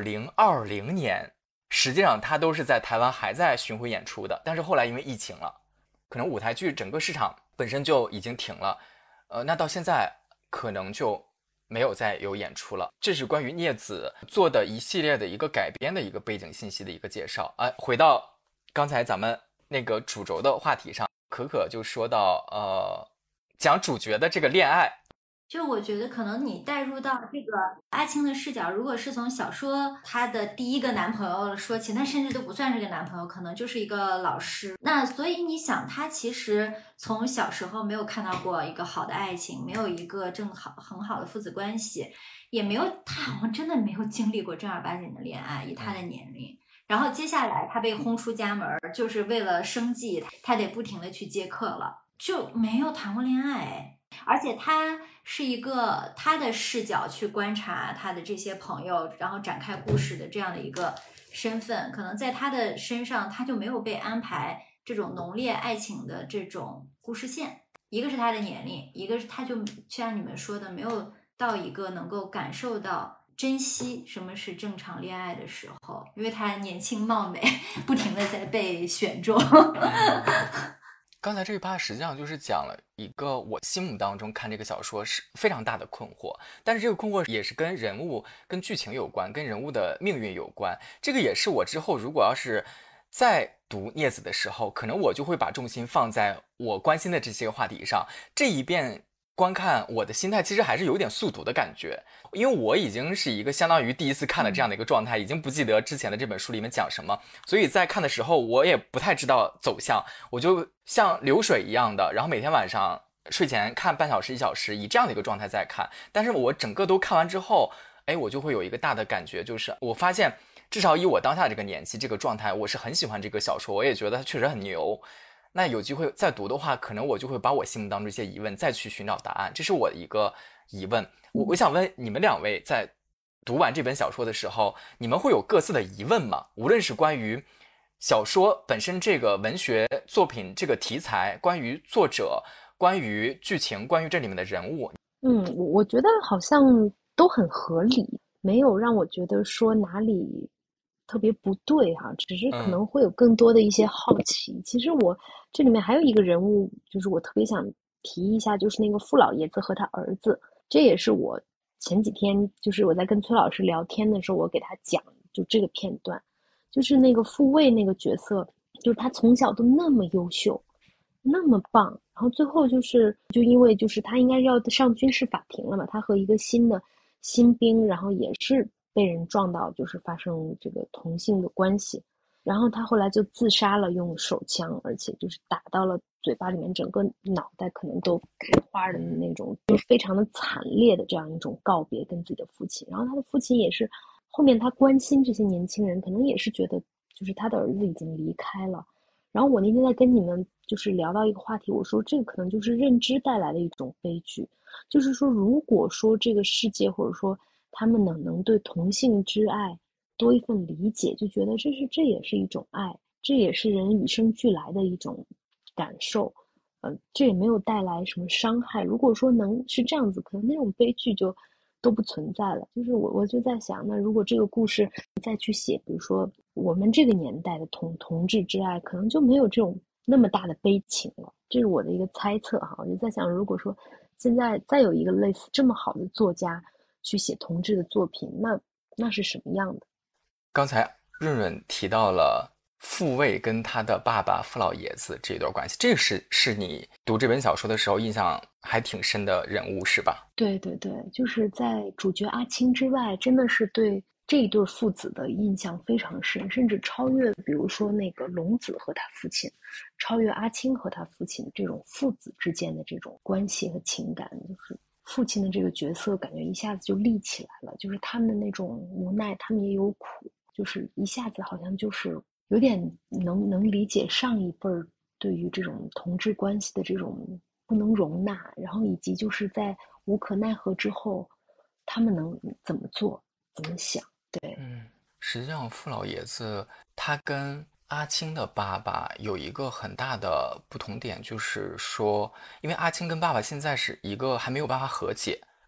2020年，实际上它都是在台湾还在巡回演出的，但是后来因为疫情了，可能舞台剧整个市场本身就已经停了，那到现在可能就没有再有演出了。这是关于聂子做的一系列的一个改编的一个背景信息的一个介绍。回到刚才咱们那个主轴的话题上，可可就说到讲主角的这个恋爱。 就我觉得可能你带入到这个阿青的视角，如果是从小说她的第一个男朋友说起，那甚至都不算是个男朋友，可能就是一个老师。那所以你想，她其实从小时候没有看到过一个好的爱情，没有一个很好的父子关系，也没有，她好像真的没有经历过正儿八经的恋爱，以她的年龄。然后接下来她被轰出家门，就是为了生计，她得不停的去接客了，就没有谈过恋爱。而且他是一个他的视角去观察他的这些朋友，然后展开故事的这样的一个身份，可能在他的身上他就没有被安排这种浓烈爱情的这种故事线。一个是他的年龄，一个是他就像你们说的，没有到一个能够感受到珍惜什么是正常恋爱的时候，因为他年轻貌美，不停的在被选中。 刚才这一趴实际上就是讲了一个我心目当中看这个小说是非常大的困惑，但是这个困惑也是跟人物跟剧情有关，跟人物的命运有关。这个也是我之后如果要是在读聂子的时候，可能我就会把重心放在我关心的这些话题上。这一遍观看我的心态其实还是有点速读的感觉，因为我已经是一个相当于第一次看的这样的一个状态，已经不记得之前的这本书里面讲什么，所以在看的时候我也不太知道走向，我就像流水一样的，然后每天晚上睡前看半小时1小时，以这样的一个状态在看。但是我整个都看完之后，我就会有一个大的感觉，就是我发现至少以我当下这个年纪这个状态，我是很喜欢这个小说，我也觉得它确实很牛。那有机会再读的话，可能我就会把我心目当中这些疑问再去寻找答案，这是我的一个疑问。我想问你们两位，在读完这本小说的时候，你们会有各自的疑问吗？无论是关于小说本身这个文学作品这个题材，关于作者，关于剧情，关于这里面的人物。 我觉得好像都很合理，没有让我觉得说哪里特别不对哈，只是可能会有更多的一些好奇。其实我这里面还有一个人物，就是我特别想提一下，就是那个傅老爷子和他儿子。这也是我前几天就是我在跟崔老师聊天的时候，我给他讲就这个片段，就是那个傅卫那个角色，就是他从小都那么优秀，那么棒，然后最后就因为就是他应该要上军事法庭了嘛，他和一个新兵，然后也是被人撞到，就是发生这个同性的关系，然后他后来就自杀了，用手枪，而且就是打到了嘴巴里面，整个脑袋可能都开花的那种，就是非常的惨烈的这样一种告别跟自己的父亲。然后他的父亲也是后面他关心这些年轻人，可能也是觉得就是他的儿子已经离开了。然后我那天在跟你们就是聊到一个话题，我说这个可能就是认知带来的一种悲剧，就是说如果说这个世界或者说他们能对同性之爱多一份理解，就觉得这也是一种爱，这也是人与生俱来的一种感受，这也没有带来什么伤害。如果说能是这样子，可能那种悲剧就都不存在了。就是我就在想，那如果这个故事再去写，比如说我们这个年代的同志之爱，可能就没有这种那么大的悲情了。这是我的一个猜测哈。我就在想，如果说现在再有一个类似这么好的作家去写同志的作品，那是什么样的？ 刚才润润提到了傅卫跟他的爸爸傅老爷子这一段关系，这个是你读这本小说的时候印象还挺深的人物是吧？ 对对对，就是在主角阿青之外，真的是对这一对父子的印象非常深，甚至超越比如说那个龙子和他父亲，超越阿青和他父亲这种父子之间的这种关系和情感。就是父亲的这个角色感觉一下子就立起来了，就是他们的那种无奈，他们也有苦，就是一下子好像就是有点能理解上一辈儿对于这种同志关系的这种不能容纳，然后以及就是在无可奈何之后他们能怎么做怎么想。对， 实际上傅老爷子他跟阿青的爸爸有一个很大的不同点，就是说因为阿青跟爸爸现在是一个还没有办法和解，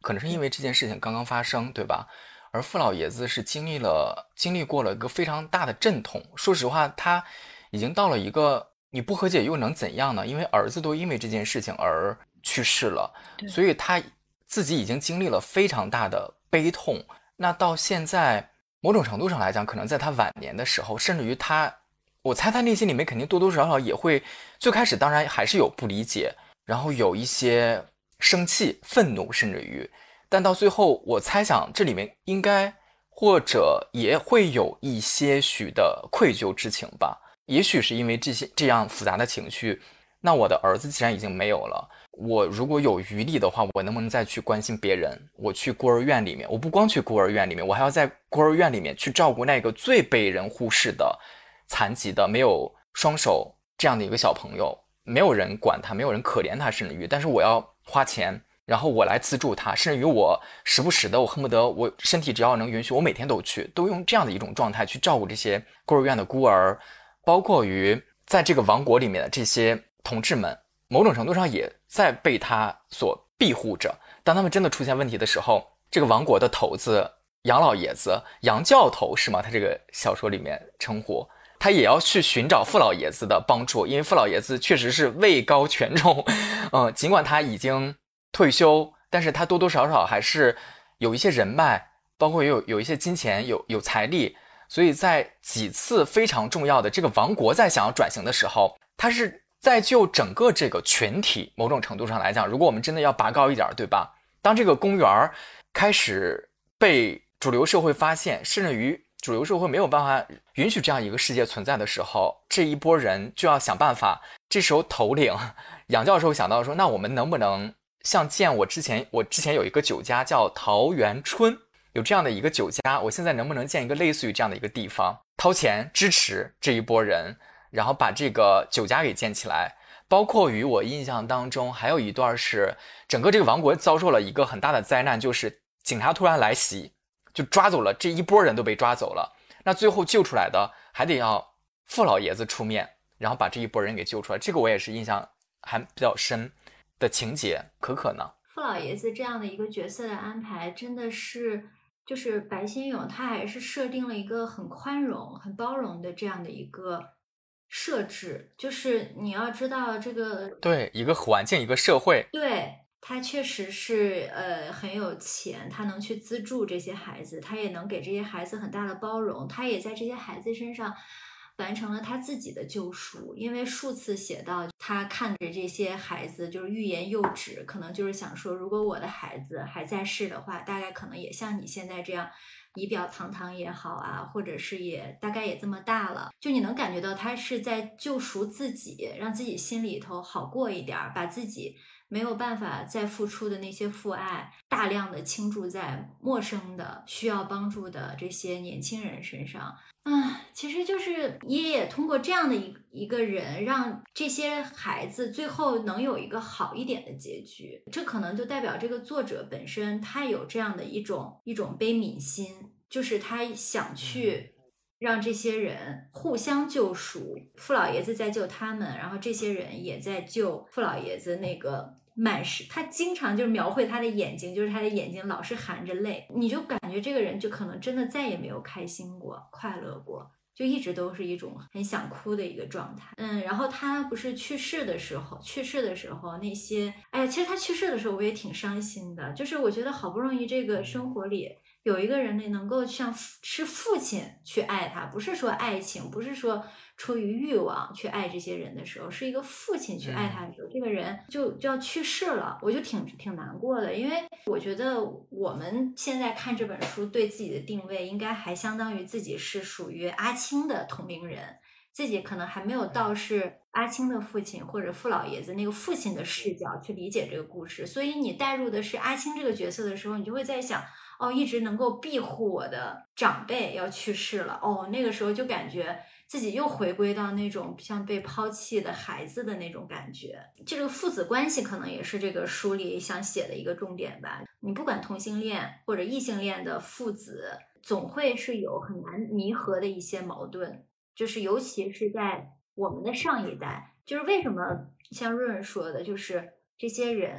可能是因为这件事情刚刚发生，对吧？而傅老爷子是经历过了一个非常大的阵痛。说实话，他已经到了一个你不和解又能怎样呢？因为儿子都因为这件事情而去世了，所以他自己已经经历了非常大的悲痛。那到现在，某种程度上来讲，可能在他晚年的时候，甚至于我猜他内心里面肯定多多少少也会，最开始当然还是有不理解，然后有一些生气、愤怒，甚至于。但到最后，我猜想这里面应该或者也会有一些许的愧疚之情吧。也许是因为这样复杂的情绪，那我的儿子既然已经没有了，我如果有余力的话，我能不能再去关心别人？我去孤儿院里面，我不光去孤儿院里面，我还要在孤儿院里面去照顾那个最被人忽视的、残疾的、没有双手这样的一个小朋友，没有人管他，没有人可怜他，甚至于，但是我要花钱。然后我来资助他，甚至于我时不时的，我恨不得我身体只要能允许，我每天都去，都用这样的一种状态去照顾这些孤儿院的孤儿，包括于在这个王国里面的这些同志们，某种程度上也在被他所庇护着。当他们真的出现问题的时候，这个王国的头子杨老爷子、杨教头是吗？他这个小说里面称呼。他也要去寻找傅老爷子的帮助，因为傅老爷子确实是位高权重，尽管他已经退休，但是他多多少少还是有一些人脉，包括有一些金钱，有财力，所以在几次非常重要的这个王国在想要转型的时候，他是在就整个这个群体，某种程度上来讲，如果我们真的要拔高一点，对吧？当这个公园开始被主流社会发现，甚至于主流社会没有办法允许这样一个世界存在的时候，这一波人就要想办法。这时候头领杨教授想到说，那我们能不能像建我之前有一个酒家叫桃源春，有这样的一个酒家，我现在能不能建一个类似于这样的一个地方，掏钱支持这一波人，然后把这个酒家给建起来。包括于我印象当中还有一段是整个这个王国遭受了一个很大的灾难，就是警察突然来袭，就抓走了这一波人，都被抓走了。那最后救出来的还得要傅老爷子出面，然后把这一波人给救出来。这个我也是印象还比较深的情节。可呢？ 傅老爷子这样的一个角色的安排，真的是就是白先勇他还是设定了一个很宽容、很包容的这样的一个设置，就是你要知道这个对一个环境、一个社会， 对他确实是很有钱，他能去资助这些孩子，他也能给这些孩子很大的包容，他也在这些孩子身上完成了他自己的救赎。因为数次写到他看着这些孩子就是欲言又止，可能就是想说，如果我的孩子还在世的话，大概可能也像你现在这样仪表堂堂也好啊，或者是也大概也这么大了，就你能感觉到他是在救赎自己，让自己心里头好过一点，把自己没有办法再付出的那些父爱大量的倾注在陌生的需要帮助的这些年轻人身上。其实就是爷爷通过这样的一个人，让这些孩子最后能有一个好一点的结局。这可能就代表这个作者本身他有这样的一种悲悯心，就是他想去让这些人互相救赎，傅老爷子在救他们，然后这些人也在救傅老爷子那个满是，他经常就是描绘他的眼睛，就是他的眼睛老是含着泪，你就感觉这个人就可能真的再也没有开心过、快乐过，就一直都是一种很想哭的一个状态。然后他不是去世的时候那些，其实他去世的时候我也挺伤心的，就是我觉得好不容易这个生活里有一个人呢，能够像是父亲去爱他，不是说爱情，不是说出于欲望去爱这些人的时候，是一个父亲去爱他的时候，这个人就要去世了，我就挺难过的。因为我觉得我们现在看这本书，对自己的定位应该还相当于自己是属于阿青的同龄人，自己可能还没有到是阿青的父亲或者傅老爷子那个父亲的视角去理解这个故事，所以你带入的是阿青这个角色的时候，你就会在想，一直能够庇护我的长辈要去世了，那个时候就感觉自己又回归到那种像被抛弃的孩子的那种感觉。这个父子关系可能也是这个书里想写的一个重点吧。你不管同性恋或者异性恋的父子，总会是有很难弥合的一些矛盾，就是尤其是在我们的上一代，就是为什么像润润说的，就是这些人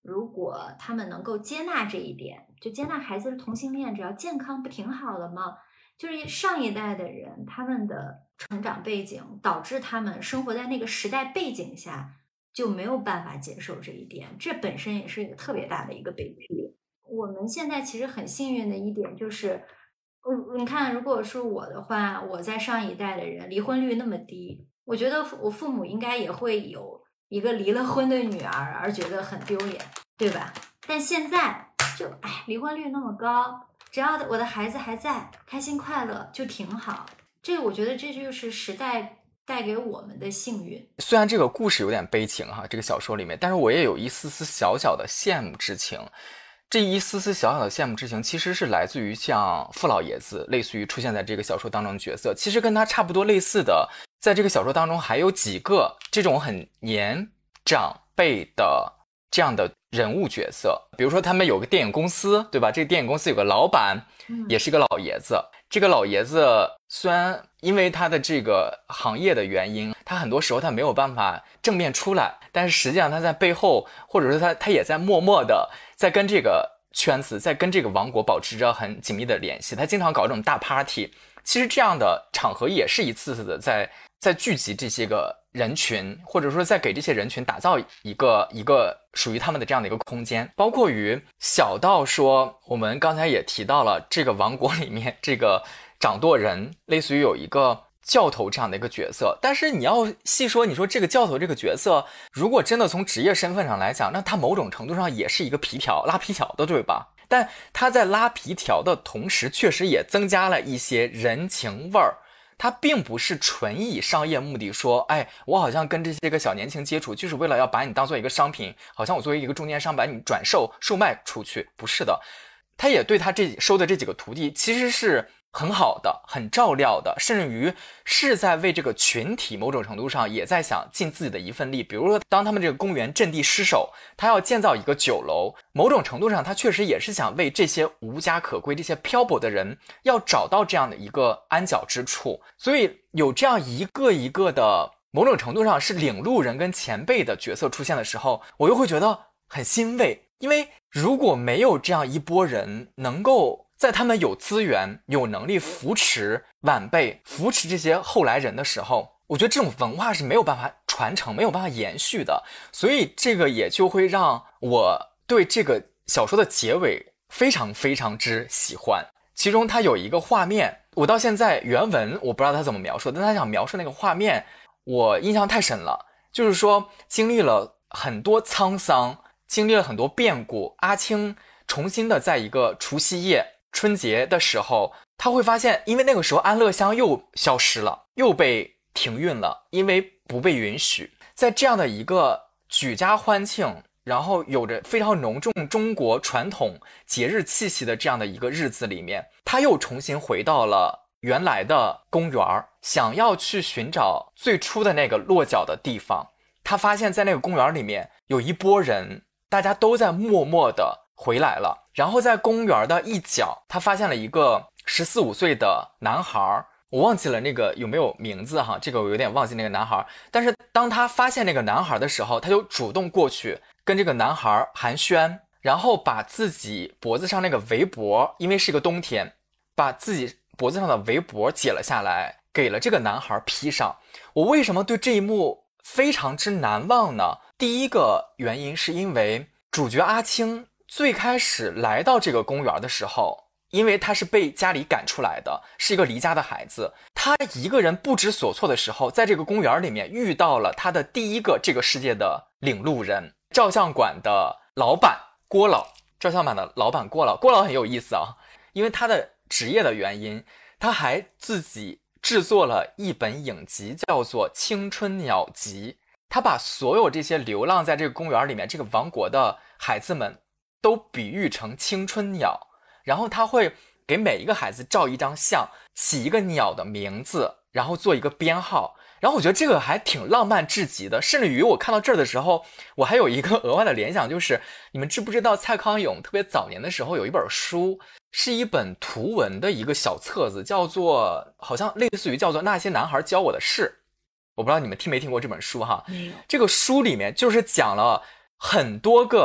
如果他们能够接纳这一点，就接纳孩子是同性恋，只要健康不挺好了吗？就是上一代的人，他们的成长背景导致他们生活在那个时代背景下，就没有办法接受这一点，这本身也是一个特别大的一个悲剧。我们现在其实很幸运的一点就是，你看，如果是我的话，我在上一代的人离婚率那么低，我觉得我父母应该也会有一个离了婚的女儿而觉得很丢脸，对吧？但现在就离婚率那么高，只要我的孩子还在，开心快乐就挺好。这个我觉得这就是时代带给我们的幸运。 虽然这个故事有点悲情哈，这个小说里面，但是我也有一丝丝小小的羡慕之情。这一丝丝小小的羡慕之情，其实是来自于像傅老爷子，类似于出现在这个小说当中的角色，其实跟他差不多类似的，在这个小说当中还有几个这种很年长辈的这样的人物角色。比如说他们有个电影公司，对吧？这个电影公司有个老板，也是个老爷子。这个老爷子虽然因为他的这个行业的原因，他很多时候他没有办法正面出来，但是实际上他在背后，或者说他也在默默的在跟这个圈子，在跟这个王国保持着很紧密的联系。他经常搞这种大 party， 其实这样的场合也是一次次的在聚集这些个人群，或者说在给这些人群打造一个属于他们的这样的一个空间。包括于小到说，我们刚才也提到了这个王国里面这个掌舵人类似于有一个教头这样的一个角色，但是你要细说，你说这个教头这个角色如果真的从职业身份上来讲，那他某种程度上也是一个拉皮条的，对吧？但他在拉皮条的同时确实也增加了一些人情味儿，他并不是纯以商业目的说，我好像跟这些个小年轻接触就是为了要把你当做一个商品，好像我作为一个中间商把你售卖出去，不是的。他也对他收的这几个徒弟其实是很好的，很照料的，甚至于是在为这个群体某种程度上也在想尽自己的一份力。比如说当他们这个公园阵地失守，他要建造一个酒楼，某种程度上他确实也是想为这些无家可归，这些漂泊的人要找到这样的一个安脚之处。所以有这样一个一个的某种程度上是领路人跟前辈的角色出现的时候，我又会觉得很欣慰。因为如果没有这样一波人能够在他们有资源有能力扶持晚辈，扶持这些后来人的时候，我觉得这种文化是没有办法传承，没有办法延续的。所以这个也就会让我对这个小说的结尾非常非常之喜欢。其中它有一个画面，我到现在原文我不知道他怎么描述，但他想描述那个画面我印象太深了。就是说经历了很多沧桑，经历了很多变故，阿青重新的在一个除夕夜春节的时候，他会发现因为那个时候安乐乡又消失了，又被停运了，因为不被允许。在这样的一个举家欢庆，然后有着非常浓重中国传统节日气息的这样的一个日子里面，他又重新回到了原来的公园，想要去寻找最初的那个落脚的地方。他发现在那个公园里面有一波人，大家都在默默的回来了。然后在公园的一角，他发现了一个14、15岁的男孩，我忘记了那个有没有名字哈，这个我有点忘记那个男孩。但是当他发现那个男孩的时候，他就主动过去跟这个男孩寒暄，然后把自己脖子上那个围脖，因为是个冬天，把自己脖子上的围脖解了下来，给了这个男孩披上。我为什么对这一幕非常之难忘呢？第一个原因是因为主角阿青最开始来到这个公园的时候，因为他是被家里赶出来的，是一个离家的孩子，他一个人不知所措的时候，在这个公园里面遇到了他的第一个这个世界的领路人，照相馆的老板郭老。照相馆的老板郭老很有意思啊，因为他的职业的原因，他还自己制作了一本影集，叫做《青春鸟集》。他把所有这些流浪在这个公园里面这个王国的孩子们都比喻成青春鸟，然后他会给每一个孩子照一张相，起一个鸟的名字，然后做一个编号。然后我觉得这个还挺浪漫至极的，甚至于我看到这儿的时候，我还有一个额外的联想，就是你们知不知道蔡康永特别早年的时候有一本书，是一本图文的一个小册子，叫做好像类似于叫做《那些男孩教我的事》。我不知道你们听没听过这本书哈？ 没有。 这个书里面就是讲了很多个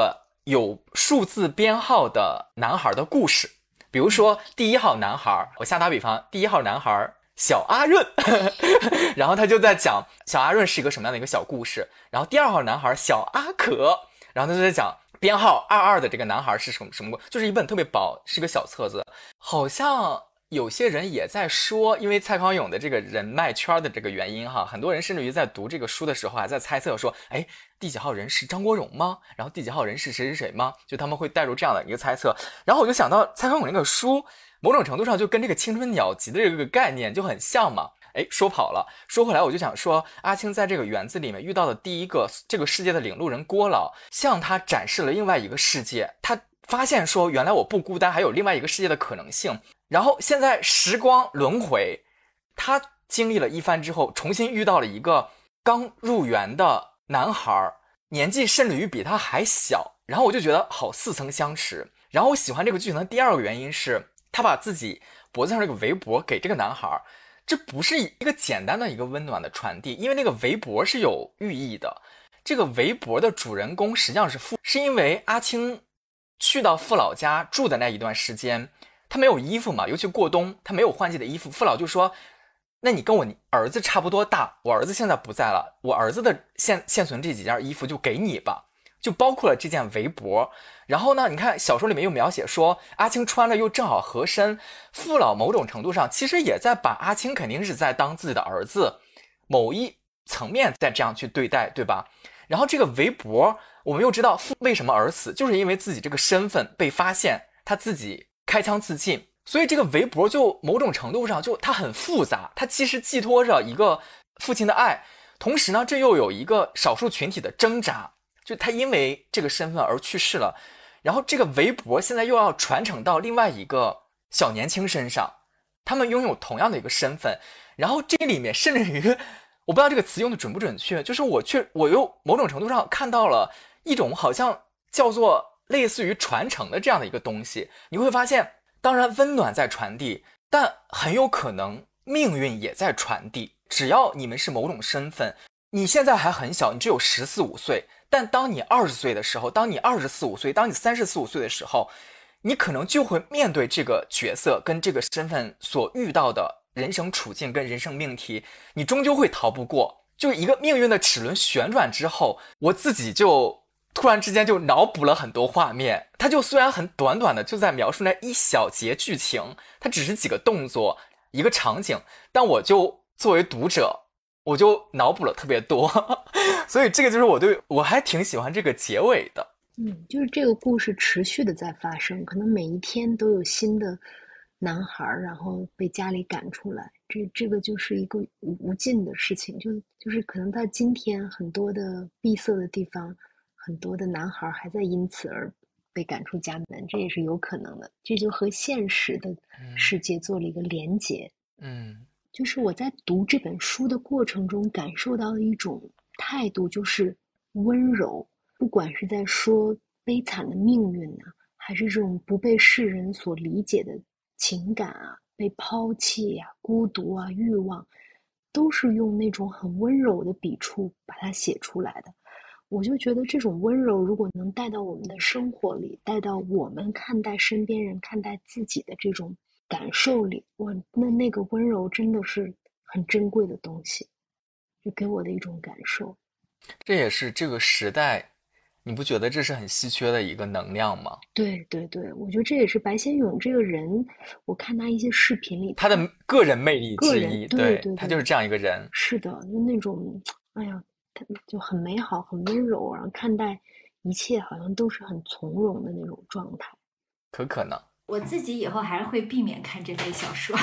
有数字编号的男孩的故事。比如说第1号男孩，我瞎打比方，第1号男孩小阿润然后他就在讲小阿润是一个什么样的一个小故事，然后第2号男孩小阿可，然后他就在讲编号22的这个男孩是什么，就是一本特别薄，是个小册子。好像有些人也在说，因为蔡康永的这个人脉圈的这个原因哈，很多人甚至于在读这个书的时候还在猜测说，哎，第几号人是张国荣吗？然后第几号人是谁谁谁吗？就他们会带入这样的一个猜测。然后我就想到蔡康永那个书某种程度上就跟这个青春鸟集的这个概念就很像嘛。哎，说跑了，说回来我就想说，阿青在这个园子里面遇到的第一个这个世界的领路人郭老，向他展示了另外一个世界，他发现说原来我不孤单，还有另外一个世界的可能性。然后现在时光轮回，他经历了一番之后，重新遇到了一个刚入园的男孩，年纪甚至于比他还小，然后我就觉得好似曾相识。然后我喜欢这个剧情的第2个原因是，他把自己脖子上这个围脖给这个男孩，这不是一个简单的一个温暖的传递，因为那个围脖是有寓意的。这个围脖的主人公实际上是是因为阿青去到父老家住的那一段时间，他没有衣服嘛，尤其过冬他没有换季的衣服，父老就说，那你跟我儿子差不多大，我儿子现在不在了，我儿子的现存这几件衣服就给你吧，就包括了这件围脖。然后呢，你看小说里面又描写说阿青穿了又正好合身，父老某种程度上其实也在把阿青肯定是在当自己的儿子某一层面再这样去对待，对吧？然后这个围脖我们又知道父为什么而死，就是因为自己这个身份被发现，他自己开枪自尽。所以这个围脖就某种程度上就它很复杂，它其实寄托着一个父亲的爱，同时呢这又有一个少数群体的挣扎，就他因为这个身份而去世了，然后这个围脖现在又要传承到另外一个小年轻身上，他们拥有同样的一个身份。然后这里面甚至于我不知道这个词用的准不准确，就是我又某种程度上看到了一种好像叫做类似于传承的这样的一个东西。你会发现当然温暖在传递，但很有可能命运也在传递。只要你们是某种身份，你现在还很小，你只有14、15岁，但当你20岁的时候，当你24、25岁，当你34、35岁的时候，你可能就会面对这个角色跟这个身份所遇到的人生处境跟人生命题，你终究会逃不过。就一个命运的齿轮旋转之后，我自己就突然之间就脑补了很多画面，它就虽然很短短的就在描述那一小节剧情，它只是几个动作一个场景，但我就作为读者我就脑补了特别多所以这个就是我还挺喜欢这个结尾的。 就是这个故事持续的在发生，可能每一天都有新的男孩然后被家里赶出来，这个就是一个无尽的事情，就是可能到今天很多的闭塞的地方，很多的男孩还在因此而被赶出家门，这也是有可能的。这就和现实的世界做了一个连结。就是我在读这本书的过程中感受到的一种态度，就是温柔。不管是在说悲惨的命运啊，还是这种不被世人所理解的情感啊，被抛弃啊，孤独啊，欲望，都是用那种很温柔的笔触把它写出来的。我就觉得这种温柔如果能带到我们的生活里，带到我们看待身边人看待自己的这种感受里，那个温柔真的是很珍贵的东西，就给我的一种感受。 这也是这个时代，你不觉得这是很稀缺的一个能量吗？ 对对对，我觉得这也是白先勇这个人，我看他一些视频里他的个人魅力之一。 对， 他就是这样一个人。 是的，就那种哎呀，他就很美好很温柔，然后看待一切好像都是很从容的那种状态。 可能我自己以后还是会避免看这类小说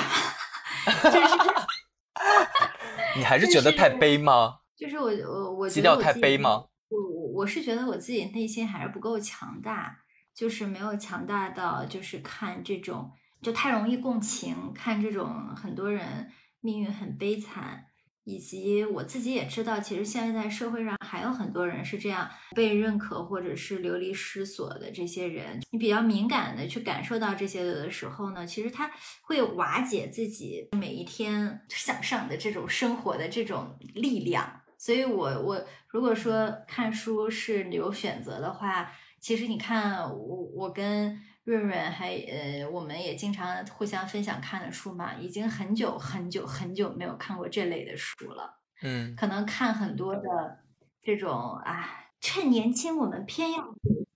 你还是觉得太悲吗？ 就是我基调太悲吗？ 我是觉得我自己内心还是不够强大，就是没有强大到就是看这种就太容易共情，看这种很多人命运很悲惨，以及我自己也知道其实现在社会上还有很多人是这样被认可或者是流离失所的这些人，你比较敏感的去感受到这些的时候呢，其实它会瓦解自己每一天向上的这种生活的这种力量。所以我如果说看书是有选择的话， 其实你看，我跟润润我们也经常互相分享看的书嘛，已经很久很久很久没有看过这类的书了。可能看很多的这种趁年轻我们偏要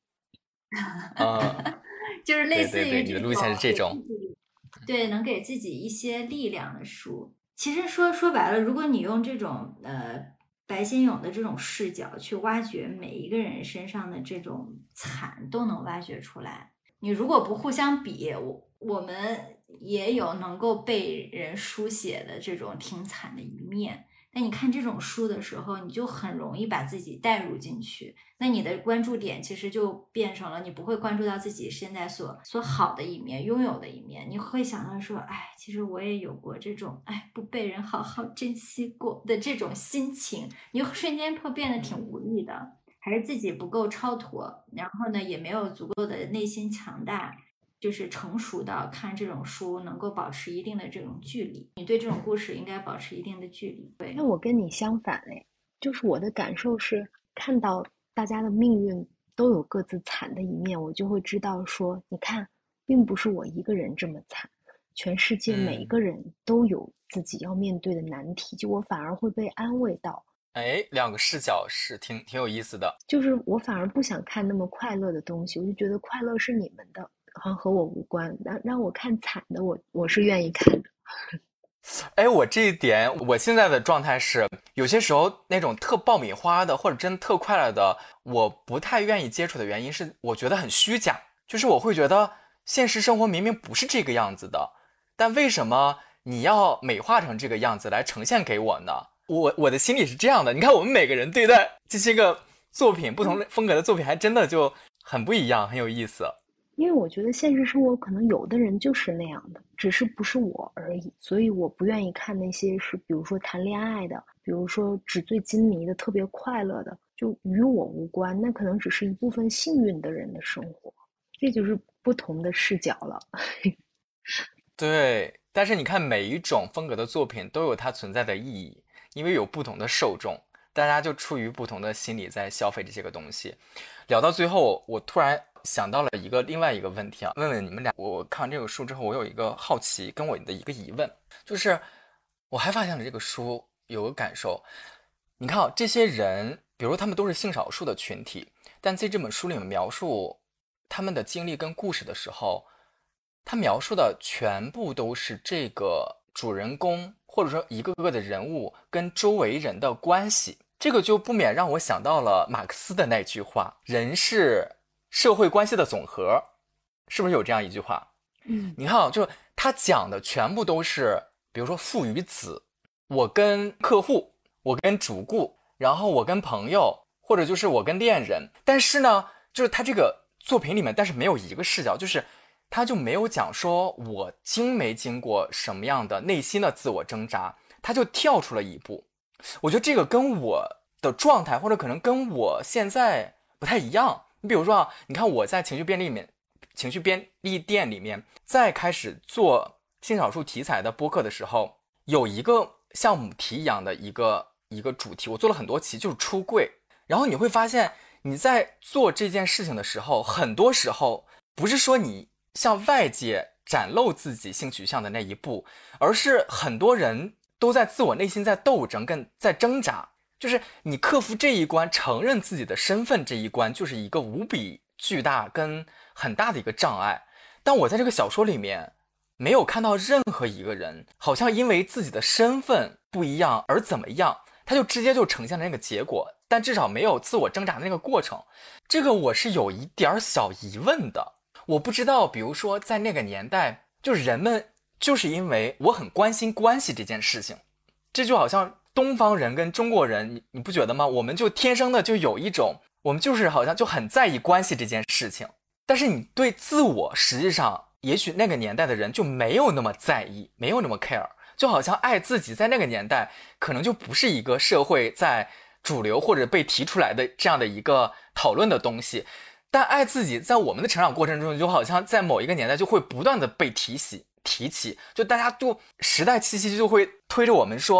就是类似于你的路线是这种， 对，能给自己一些力量的书。其实说白了，如果你用这种白先勇的这种视角去挖掘每一个人身上的这种惨，都能挖掘出来。你如果不互相比，我们也有能够被人书写的这种挺惨的一面。那你看这种书的时候，你就很容易把自己带入进去，那你的关注点其实就变成了你不会关注到自己现在所好的一面，拥有的一面，你会想到说，其实我也有过这种不被人好好珍惜过的这种心情，你瞬间会变得挺无力的，还是自己不够超脱，然后呢也没有足够的内心强大，就是成熟到看这种书能够保持一定的这种距离，你对这种故事应该保持一定的距离。对， 那我跟你相反嘞，就是我的感受是看到大家的命运都有各自惨的一面，我就会知道说，你看，并不是我一个人这么惨，全世界每一个人都有自己要面对的难题，就我反而会被安慰到。 两个视角是挺有意思的。 就是我反而不想看那么快乐的东西，我就觉得快乐是你们的，好像和我无关。让我看惨的，我是愿意看的。 我这一点，我现在的状态是，有些时候那种特爆米花的或者真的特快乐的，我不太愿意接触的原因是，我觉得很虚假。就是我会觉得现实生活明明不是这个样子的，但为什么你要美化成这个样子来呈现给我呢？我的心里是这样的。你看我们每个人对待这些个作品，不同风格的作品还真的就很不一样，很有意思。 因为我觉得现实生活可能有的人就是那样的，只是不是我而已，所以我不愿意看那些是比如说谈恋爱的，比如说纸醉金迷的，特别快乐的，就与我无关，那可能只是一部分幸运的人的生活，这就是不同的视角了。 对，但是你看每一种风格的作品都有它存在的意义，因为有不同的受众，大家就出于不同的心理在消费这些个东西。聊到最后，我突然想到了另外一个问题啊，问问你们俩。我看完这个书之后，我有一个好奇跟我的一个疑问，就是我还发现了这个书有个感受。你看这些人，比如他们都是性少数的群体，但在这本书里面描述他们的经历跟故事的时候，他描述的全部都是这个主人公或者说一个个的人物跟周围人的关系。这个就不免让我想到了马克思的那句话，人是社会关系的总和，是不是有这样一句话？你看就他讲的全部都是比如说父与子，我跟客户，我跟主顾，然后我跟朋友，或者就是我跟恋人。但是呢，就是他这个作品里面但是没有一个视角，就是他就没有讲说我没经过什么样的内心的自我挣扎，他就跳出了一步。我觉得这个跟我的状态或者可能跟我现在不太一样。你比如说你看我在情绪便利店里面在开始做性少数题材的播客的时候，有一个像母题一样的一个主题，我做了很多期，就是出柜。然后你会发现你在做这件事情的时候，很多时候不是说你向外界展露自己性取向的那一步，而是很多人都在自我内心在斗争跟在挣扎，就是你克服这一关，承认自己的身份这一关，就是一个无比巨大跟很大的一个障碍。但我在这个小说里面没有看到任何一个人好像因为自己的身份不一样而怎么样，他就直接就呈现了那个结果，但至少没有自我挣扎的那个过程。这个我是有一点小疑问的。我不知道比如说在那个年代，就是人们就是因为我很关心关系这件事情，这就好像东方人跟中国人，你不觉得吗？我们就天生的就有一种，我们就是好像就很在意关系这件事情，但是你对自我实际上也许那个年代的人就没有那么在意，没有那么 care， 就好像爱自己在那个年代可能就不是一个社会在主流或者被提出来的这样的一个讨论的东西。但爱自己在我们的成长过程中就好像在某一个年代就会不断的被提起，就大家就时代气息就会推着我们说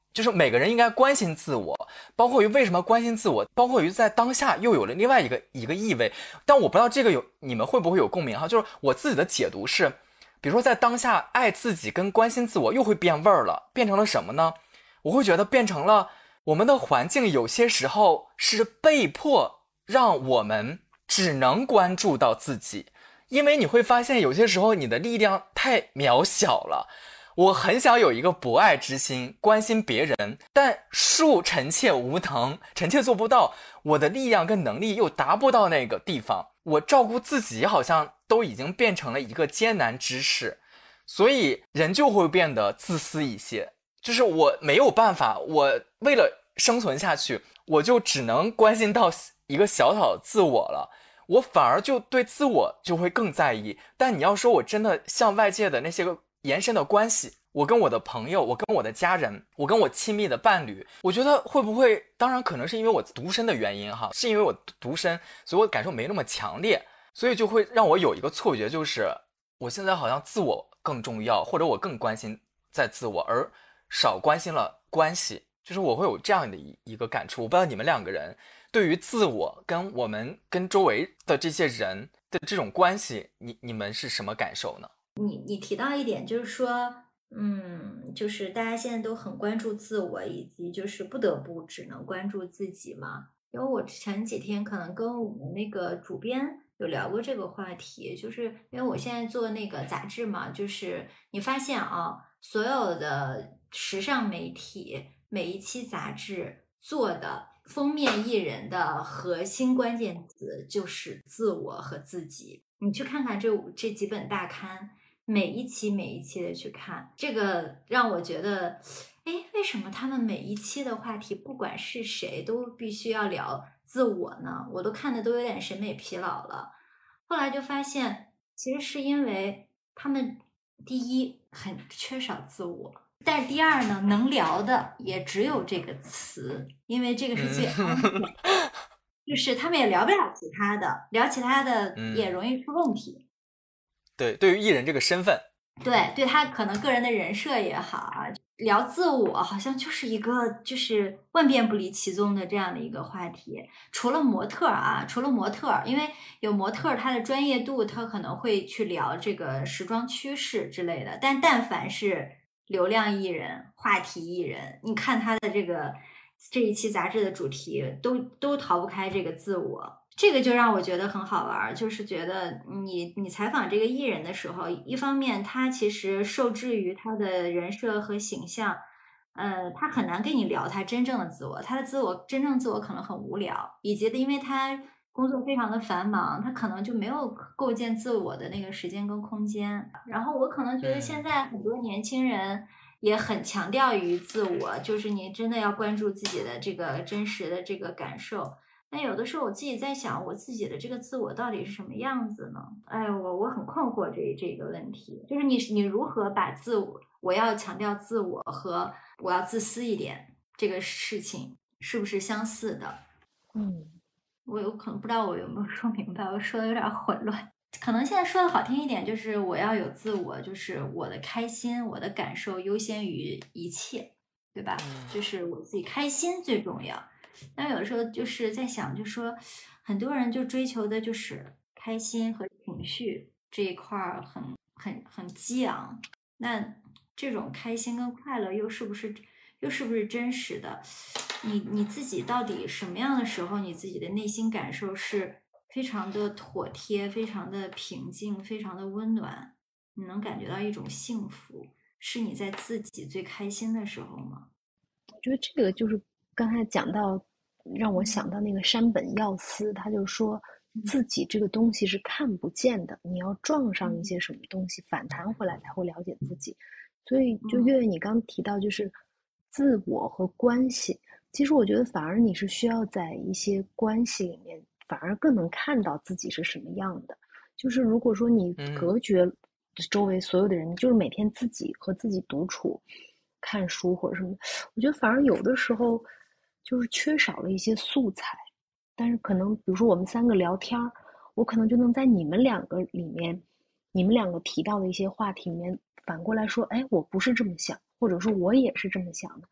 就是每个人应该关心自我，包括于为什么关心自我，包括于在当下又有了另外一个意味。但我不知道这个你们会不会有共鸣哈？就是我自己的解读是，比如说在当下爱自己跟关心自我又会变味儿了，变成了什么呢？我会觉得变成了我们的环境有些时候是被迫让我们只能关注到自己，因为你会发现有些时候你的力量太渺小了。我很想有一个博爱之心，关心别人，但恕臣妾无能，臣妾做不到，我的力量跟能力又达不到那个地方，我照顾自己好像都已经变成了一个艰难之事，所以人就会变得自私一些，就是我没有办法，我为了生存下去，我就只能关心到一个小小的自我了，我反而就对自我就会更在意。但你要说我真的像外界的那些个延伸的关系，我跟我的朋友，我跟我的家人，我跟我亲密的伴侣，我觉得会不会，当然可能是因为我独身的原因哈，是因为我独身，所以我感受没那么强烈，所以就会让我有一个错觉，就是我现在好像自我更重要，或者我更关心在自我，而少关心了关系，就是我会有这样的一个感触。我不知道你们两个人对于自我跟我们跟周围的这些人的这种关系，你们是什么感受呢？ 你提到一点，就是说，就是大家现在都很关注自我，以及就是不得不只能关注自己嘛。因为我前几天可能跟我们那个主编有聊过这个话题，就是因为我现在做那个杂志嘛，就是你发现啊，所有的时尚媒体每一期杂志做的封面艺人的核心关键词就是自我和自己。你去看看这几本大刊。每一期的去看，这个让我觉得，为什么他们每一期的话题，不管是谁，都必须要聊自我呢？我都看的都有点审美疲劳了。后来就发现，其实是因为他们第一很缺少自我，但是第二呢，能聊的也只有这个词，因为这个是最安全的，就是他们也聊不了其他的，聊其他的也容易出问题。 对，对于艺人这个身份， 对他可能个人的人设也好啊，聊自我好像就是一个就是万变不离其宗的这样的一个话题。除了模特啊，因为有模特他的专业度，他可能会去聊这个时装趋势之类的。但凡是流量艺人、话题艺人，你看他的这一期杂志的主题都逃不开这个自我。这个就让我觉得很好玩，就是觉得你采访这个艺人的时候，一方面他其实受制于他的人设和形象，他很难跟你聊他真正的自我，他的真正自我可能很无聊，以及因为他工作非常的繁忙，他可能就没有构建自我的那个时间跟空间。然后我可能觉得现在很多年轻人也很强调于自我，就是你真的要关注自己的这个真实的这个感受。那有的时候我自己在想，我自己的这个自我到底是什么样子呢？我很困惑这个问题，就是你如何把我要强调自我和我要自私一点这个事情是不是相似的？我有可能不知道我有没有说明白，我说的有点混乱。可能现在说的好听一点，就是我要有自我，就是我的开心、我的感受优先于一切，对吧？就是我自己开心最重要。但有的时候就是在想，就说很多人就追求的就是开心和情绪这一块很激昂。那这种开心跟快乐又是不是真实的？你自己到底什么样的时候，你自己的内心感受是非常的妥帖、非常的平静、非常的温暖？你能感觉到一种幸福，是你在自己最开心的时候吗？ 我觉得这个就是刚才讲到，让我想到那个山本耀司，他就说自己这个东西是看不见的，你要撞上一些什么东西反弹回来才会了解自己。所以就月月你刚提到就是自我和关系，其实我觉得反而你是需要在一些关系里面反而更能看到自己是什么样的。就是如果说你隔绝周围所有的人，就是每天自己和自己独处看书或者什么，我觉得反而有的时候就是缺少了一些素材。但是可能比如说我们三个聊天，我可能就能在你们两个里面，你们两个提到的一些话题里面反过来说，我不是这么想，或者说我也是这么想的，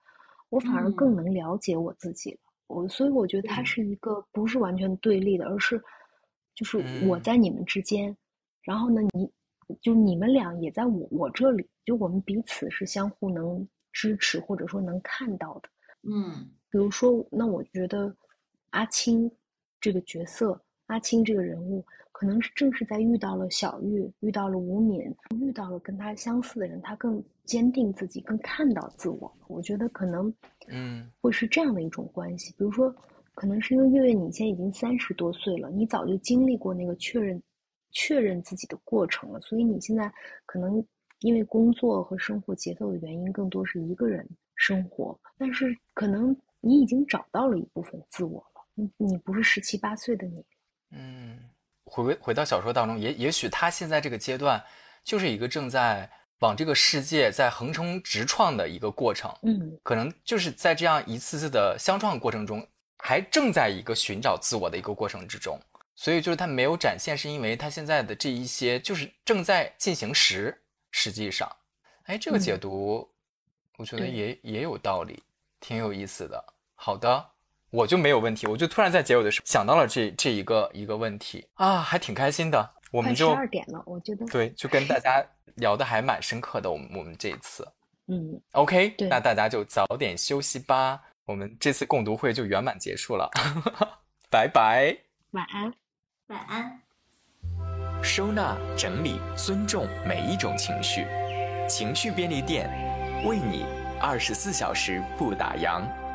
我反而更能了解我自己了。所以我觉得它是一个不是完全对立的，而是就是我在你们之间，然后呢，你们俩也在我这里，就我们彼此是相互能支持或者说能看到的。比如说，那我觉得阿青这个角色，阿青这个人物，可能是正是在遇到了小玉，遇到了吴敏，遇到了跟他相似的人，他更坚定自己，更看到自我。我觉得可能，会是这样的一种关系。比如说，可能是因为月月你现在已经30多岁了，你早就经历过那个确认自己的过程了，所以你现在可能因为工作和生活节奏的原因，更多是一个人生活，但是可能你已经找到了一部分自我了，你不是17、18岁的你。 回到小说当中，也许他现在这个阶段就是一个正在往这个世界在横冲直撞的一个过程，可能就是在这样一次次的相撞过程中，还正在一个寻找自我的一个过程之中，所以就是他没有展现，是因为他现在的这一些就是正在进行时，实际上，这个解读，我觉得也有道理，挺有意思的。好的，我就没有问题，我就突然在结尾的时候想到了这一个问题啊，还挺开心的。我们就快12点了，我觉得对，就跟大家聊的还蛮深刻的。我们这一次，OK， 那大家就早点休息吧。我们这次共读会就圆满结束了，拜拜， 晚安， 晚安。 收纳、整理、尊重每一种情绪，情绪便利店为你24小时不打烊。